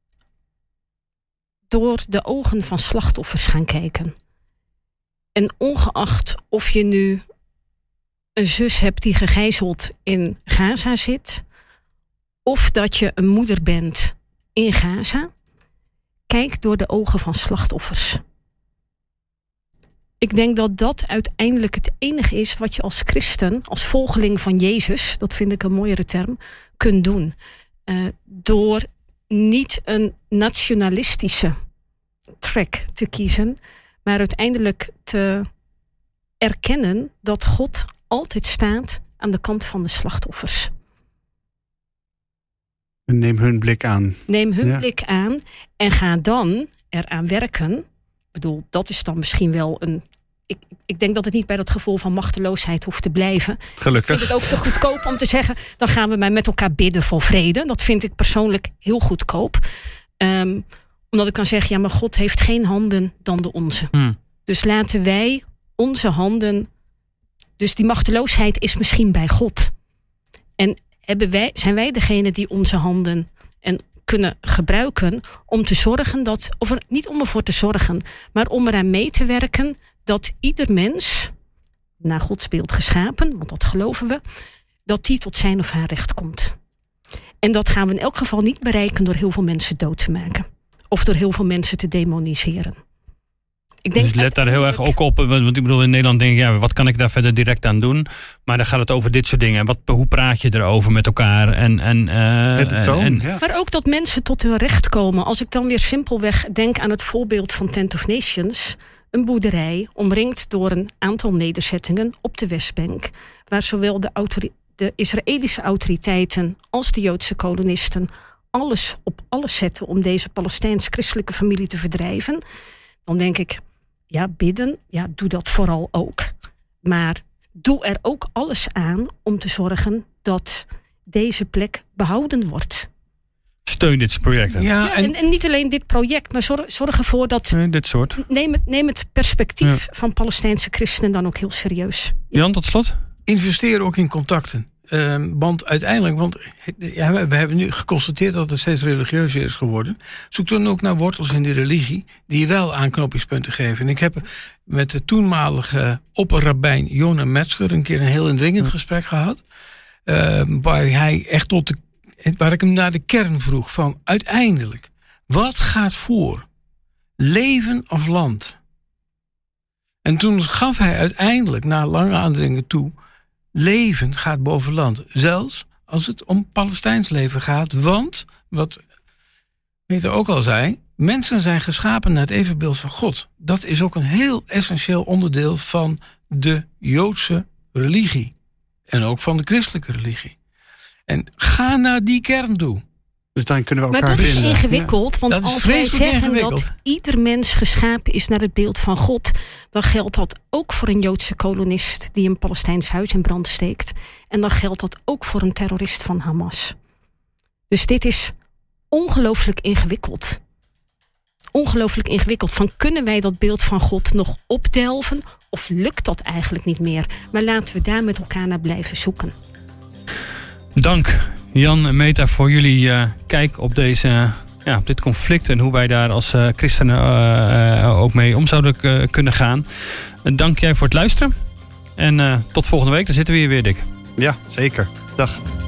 door de ogen van slachtoffers gaan kijken. En ongeacht of je nu een zus hebt die gegijzeld in Gaza zit, of dat je een moeder bent in Gaza, kijk door de ogen van slachtoffers. Ik denk dat dat uiteindelijk het enige is wat je als christen, als volgeling van Jezus, dat vind ik een mooiere term, kunt doen. Uh, door niet een nationalistische track te kiezen, maar uiteindelijk te erkennen dat God altijd staat aan de kant van de slachtoffers. Neem hun blik aan. Neem hun ja. blik aan en ga dan eraan werken. Ik bedoel, dat is dan misschien wel een... Ik, ik denk dat het niet bij dat gevoel van machteloosheid hoeft te blijven. Gelukkig. Ik vind het ook te goedkoop om te zeggen, dan gaan we maar met elkaar bidden voor vrede. Dat vind ik persoonlijk heel goedkoop. Um, omdat ik kan zeggen, ja, maar God heeft geen handen dan de onze. Hmm. Dus laten wij onze handen... Dus die machteloosheid is misschien bij God. En hebben wij, zijn wij degene die onze handen en kunnen gebruiken om te zorgen dat, of er, niet om ervoor te zorgen, maar om eraan mee te werken dat ieder mens, naar Gods beeld geschapen, want dat geloven we, dat die tot zijn of haar recht komt. En dat gaan we in elk geval niet bereiken door heel veel mensen dood te maken. Of door heel veel mensen te demoniseren. Ik denk dus let daar heel erg ook op. Want ik bedoel, in Nederland denk ik, ja, wat kan ik daar verder direct aan doen? Maar dan gaat het over dit soort dingen. Wat, hoe praat je erover met elkaar? En, en, uh, met de toon, en, ja. Maar ook dat mensen tot hun recht komen. Als ik dan weer simpelweg denk aan het voorbeeld van Tent of Nations. Een boerderij omringd door een aantal nederzettingen op de Westbank. Waar zowel de, autori- de Israëlische autoriteiten als de Joodse kolonisten alles op alles zetten om deze Palestijns-christelijke familie te verdrijven. Dan denk ik, ja, bidden, ja, doe dat vooral ook. Maar doe er ook alles aan om te zorgen dat deze plek behouden wordt. Steun dit project. Ja, ja en, en niet alleen dit project, maar zorg, zorg ervoor dat... Nee, dit soort. Neem het, neem het perspectief ja. van Palestijnse christenen dan ook heel serieus. Ja. Jan, tot slot? Investeer ook in contacten. Uh, want uiteindelijk, want ja, we hebben nu geconstateerd dat het steeds religieuzer is geworden. Zoek dan ook naar wortels in de religie die je wel aanknopingspunten geven. En ik heb met de toenmalige opperrabijn Jona Metzger een keer een heel indringend gesprek gehad. Uh, waar hij echt tot de, waar ik hem naar de kern vroeg van uiteindelijk, wat gaat voor? Leven of land? En toen gaf hij uiteindelijk, na lange aandringen toe, leven gaat boven land. Zelfs als het om Palestijns leven gaat. Want, wat Peter ook al zei, mensen zijn geschapen naar het evenbeeld van God. Dat is ook een heel essentieel onderdeel van de Joodse religie. En ook van de christelijke religie. En ga naar die kern toe. Dus dan kunnen we maar elkaar dat vinden. is ingewikkeld, want Dat is als wij vreselijk zeggen ingewikkeld. dat ieder mens geschapen is naar het beeld van God, dan geldt dat ook voor een Joodse kolonist die een Palestijns huis in brand steekt. En dan geldt dat ook voor een terrorist van Hamas. Dus dit is ongelooflijk ingewikkeld. Ongelooflijk ingewikkeld. Van kunnen wij dat beeld van God nog opdelven? Of lukt dat eigenlijk niet meer? Maar laten we daar met elkaar naar blijven zoeken. Dank Jan en Meta voor jullie uh, kijk op, deze, uh, ja, op dit conflict. En hoe wij daar als uh, christenen uh, uh, ook mee om zouden uh, kunnen gaan. Uh, dank jij voor het luisteren. En uh, tot volgende week. Dan zitten we hier weer, Dick. Ja, zeker. Dag.